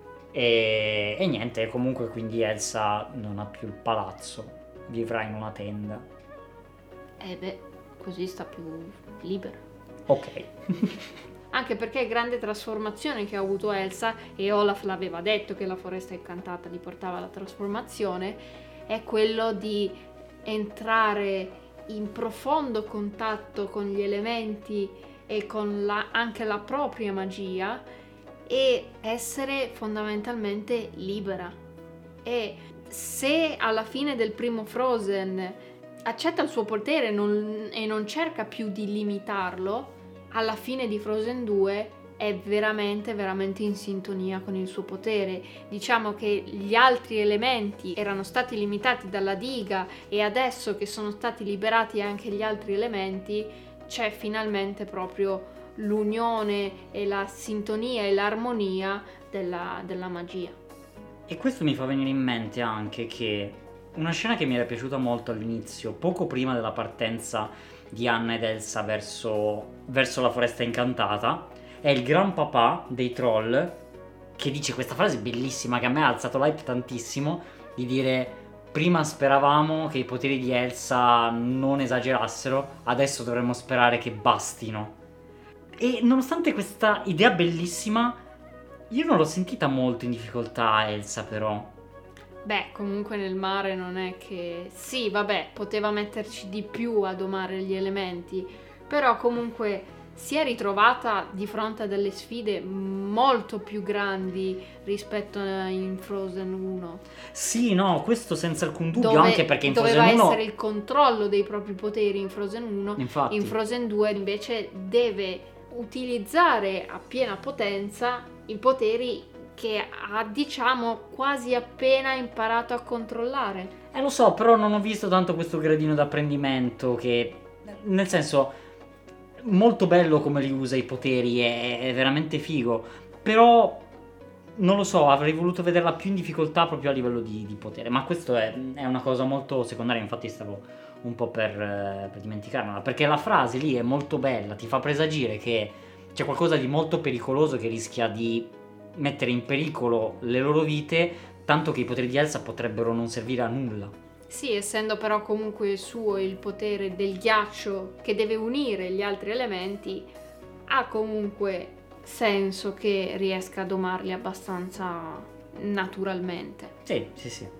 e, e niente, comunque quindi Elsa non ha più il palazzo, vivrà in una tenda. Eh beh, così sta più libera. Ok. Anche perché grande trasformazione che ha avuto Elsa, e Olaf l'aveva detto che la foresta incantata gli portava alla trasformazione, è quello di entrare in profondo contatto con gli elementi e con la, anche la propria magia, e essere fondamentalmente libera. E se alla fine del primo Frozen accetta il suo potere non, e non cerca più di limitarlo, alla fine di Frozen due è veramente veramente in sintonia con il suo potere. Diciamo che gli altri elementi erano stati limitati dalla diga, e adesso che sono stati liberati anche gli altri elementi c'è finalmente proprio l'unione e la sintonia e l'armonia della, della magia. E questo mi fa venire in mente anche che una scena che mi era piaciuta molto all'inizio, poco prima della partenza di Anna ed Elsa verso, verso la foresta incantata, è il gran papà dei troll che dice questa frase bellissima che a me ha alzato l'hype tantissimo, di dire: prima speravamo che i poteri di Elsa non esagerassero, adesso dovremmo sperare che bastino. E nonostante questa idea bellissima, io non l'ho sentita molto in difficoltà Elsa, però. Beh, comunque nel mare non è che... Sì, vabbè, poteva metterci di più a domare gli elementi, però comunque si è ritrovata di fronte a delle sfide molto più grandi rispetto a in Frozen uno. Sì, no, questo senza alcun dubbio, Dove anche perché in doveva Frozen uno essere il controllo dei propri poteri in Frozen uno, infatti, in Frozen due invece deve utilizzare a piena potenza i poteri che ha, diciamo, quasi appena imparato a controllare. Eh lo so, però non ho visto tanto questo gradino d'apprendimento che, nel senso, molto bello come li usa i poteri, è, è veramente figo, però non lo so, avrei voluto vederla più in difficoltà proprio a livello di, di potere, ma questo è, è una cosa molto secondaria, infatti stavo un po' per, eh, per dimenticarmela, perché la frase lì è molto bella, ti fa presagire che c'è qualcosa di molto pericoloso che rischia di mettere in pericolo le loro vite, tanto che i poteri di Elsa potrebbero non servire a nulla. Sì, essendo però comunque suo il potere del ghiaccio che deve unire gli altri elementi, ha comunque senso che riesca a domarli abbastanza naturalmente. Sì, sì, sì.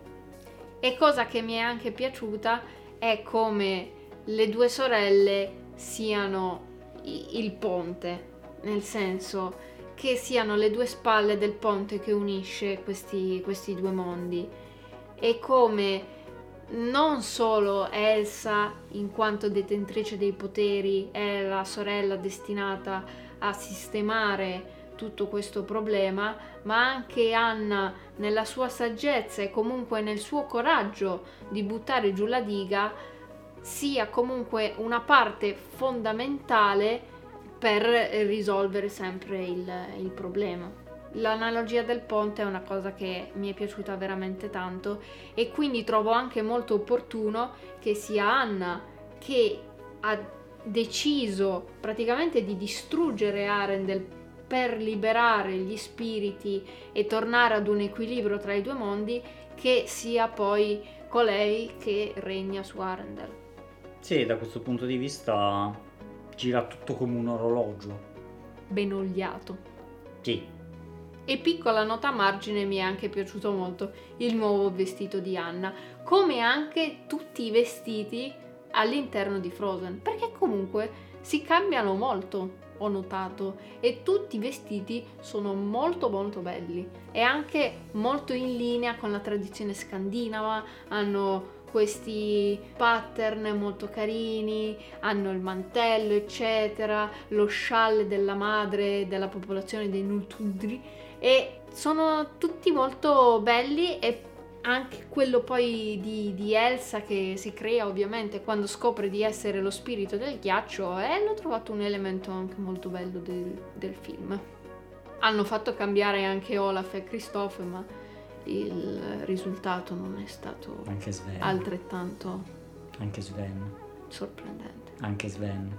E cosa che mi è anche piaciuta è come le due sorelle siano i- il ponte, nel senso che siano le due spalle del ponte che unisce questi, questi due mondi, e come non solo Elsa, in quanto detentrice dei poteri, è la sorella destinata a sistemare tutto questo problema, ma anche Anna, nella sua saggezza e comunque nel suo coraggio di buttare giù la diga, sia comunque una parte fondamentale per risolvere sempre il, il problema. L'analogia del ponte è una cosa che mi è piaciuta veramente tanto, e quindi trovo anche molto opportuno che sia Anna che ha deciso praticamente di distruggere Arendelle per liberare gli spiriti e tornare ad un equilibrio tra i due mondi, che sia poi colei che regna su Arendelle. Sì, da questo punto di vista gira tutto come un orologio. Ben oliato. Sì. E piccola nota a margine, mi è anche piaciuto molto il nuovo vestito di Anna, come anche tutti i vestiti all'interno di Frozen, perché comunque si cambiano molto, ho notato, e tutti i vestiti sono molto molto belli e anche molto in linea con la tradizione scandinava, hanno questi pattern molto carini, hanno il mantello eccetera, lo scialle della madre della popolazione dei Nultudri, e sono tutti molto belli. E anche quello poi di, di Elsa che si crea ovviamente quando scopre di essere lo spirito del ghiaccio, e l'ho trovato un elemento anche molto bello del, del film. Hanno fatto cambiare anche Olaf e Kristoff, ma il risultato non è stato Anche Sven. altrettanto Anche Sven. sorprendente. Anche Sven.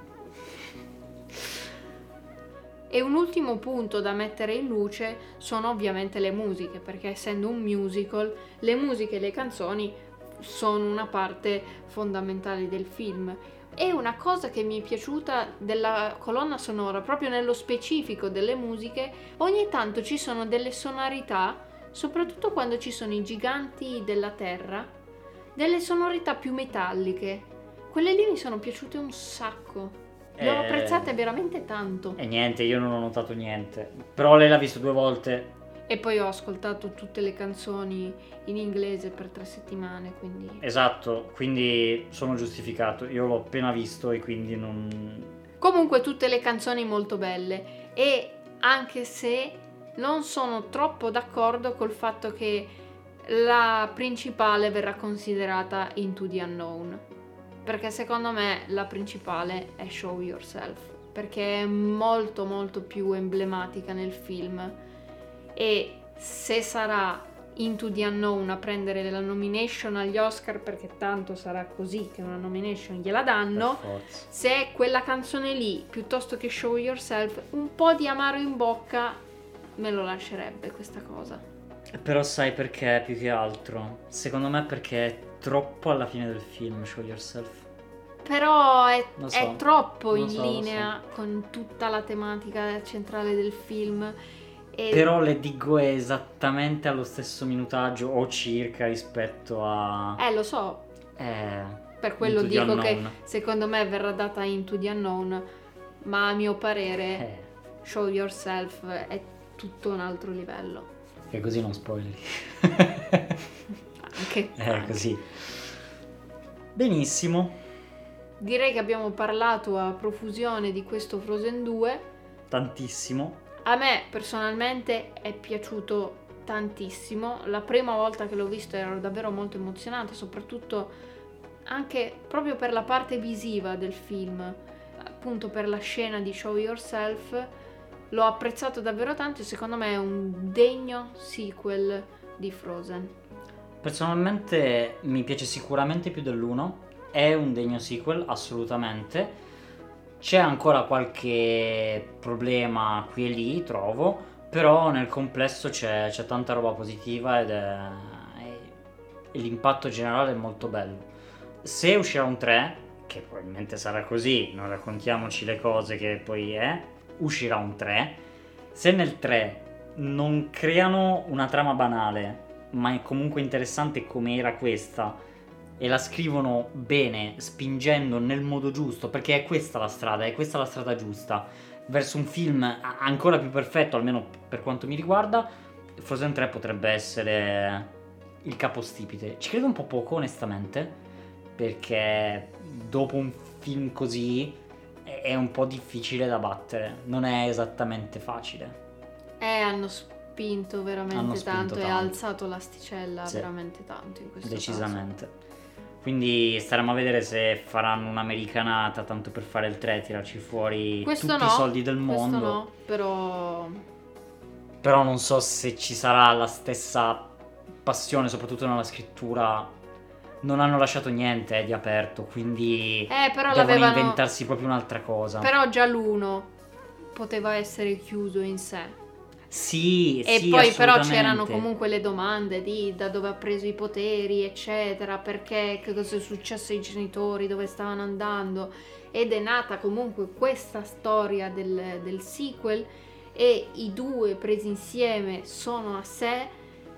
E un ultimo punto da mettere in luce sono ovviamente le musiche, perché essendo un musical, le musiche e le canzoni sono una parte fondamentale del film. E una cosa che mi è piaciuta della colonna sonora, proprio nello specifico delle musiche, ogni tanto ci sono delle sonorità, soprattutto quando ci sono i giganti della terra, delle sonorità più metalliche. Quelle lì mi sono piaciute un sacco. Le ho Eh, apprezzate veramente tanto. E niente, io non ho notato niente. Però lei l'ha visto due volte. E poi ho ascoltato tutte le canzoni in inglese per tre settimane, quindi... Esatto, quindi sono giustificato. Io l'ho appena visto e quindi non... Comunque tutte le canzoni molto belle, e anche se non sono troppo d'accordo col fatto che la principale verrà considerata Into the Unknown, perché secondo me la principale è Show Yourself, perché è molto molto più emblematica nel film, e se sarà Into the Unknown a prendere la nomination agli Oscar, perché tanto sarà così che una nomination gliela danno, Per forza. se è quella canzone lì piuttosto che Show Yourself, un po' di amaro in bocca me lo lascerebbe questa cosa. Però sai perché più che altro? Secondo me perché è troppo alla fine del film, Show Yourself. Però è, Lo so, è troppo lo in so, lo linea con tutta la tematica centrale del film. E Però le dico è esattamente allo stesso minutaggio o circa rispetto a... Eh, lo so, Eh, per quello Into the dico che Unknown. secondo me verrà data Into the Unknown, ma a mio parere Eh, Show Yourself è tutto un altro livello. che così non spoileri. Anche, Eh, anche. così. Benissimo, Direi che abbiamo parlato a profusione di questo Frozen due. tantissimo. A me personalmente è piaciuto tantissimo. La prima volta che l'ho visto ero davvero molto emozionante, soprattutto anche proprio per la parte visiva del film, appunto per la scena di Show Yourself. L'ho apprezzato davvero tanto e secondo me è un degno sequel di Frozen. Personalmente mi piace sicuramente più dell'uno, è un degno sequel, assolutamente. C'è ancora qualche problema qui e lì, trovo, però nel complesso c'è, c'è tanta roba positiva ed è, e l'impatto generale è molto bello. Se uscirà un tre, che probabilmente sarà così, non raccontiamoci le cose che poi è, uscirà un tre, se nel tre non creano una trama banale, ma è comunque interessante come era questa, e la scrivono bene, spingendo nel modo giusto, perché è questa la strada, è questa la strada giusta, verso un film a- ancora più perfetto, almeno per quanto mi riguarda, Frozen tre potrebbe essere il capostipite. Ci credo un po' poco, onestamente, perché dopo un film così è è un po' difficile da battere, non è esattamente facile. Eh, hanno spinto veramente Hanno spinto tanto e tanto. alzato l'asticella Sì. veramente tanto in questo Decisamente. Quindi staremo a vedere se faranno un'americanata tanto per fare il tre, tirarci fuori Questo tutti no, i soldi del caso. Questo mondo. no, però Però non so se ci sarà la stessa passione, soprattutto nella scrittura. Non hanno lasciato niente eh, di aperto, quindi eh, però devono l'avevano inventarsi proprio un'altra cosa. Però già l'uno poteva essere chiuso in sé. Sì, E sì, poi però assolutamente. c'erano comunque le domande di da dove ha preso i poteri, eccetera, perché, che cosa è successo ai genitori, dove stavano andando. Ed è nata comunque questa storia del, del sequel e i due presi insieme sono a sé,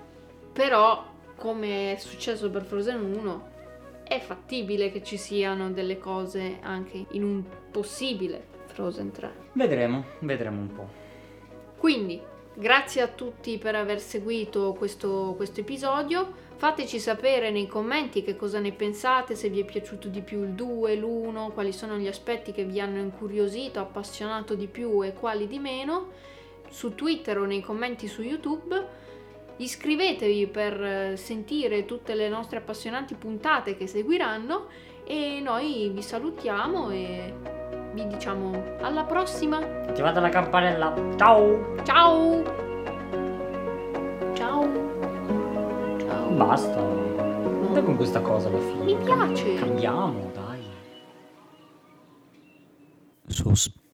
però come è successo per Frozen uno è fattibile che ci siano delle cose anche in un possibile Frozen tre. Vedremo, vedremo un po'. Quindi, grazie a tutti per aver seguito questo, questo episodio. Fateci sapere nei commenti che cosa ne pensate, se vi è piaciuto di più il due, l'uno, quali sono gli aspetti che vi hanno incuriosito, appassionato di più e quali di meno, su Twitter o nei commenti su YouTube. Iscrivetevi per sentire tutte le nostre appassionanti puntate che seguiranno e noi vi salutiamo e vi diciamo alla prossima. Attivate la campanella. Ciao! Ciao! Ciao! Ciao! Basta. Dai con questa cosa alla fine. Mi piace! Cambiamo, dai. Sus.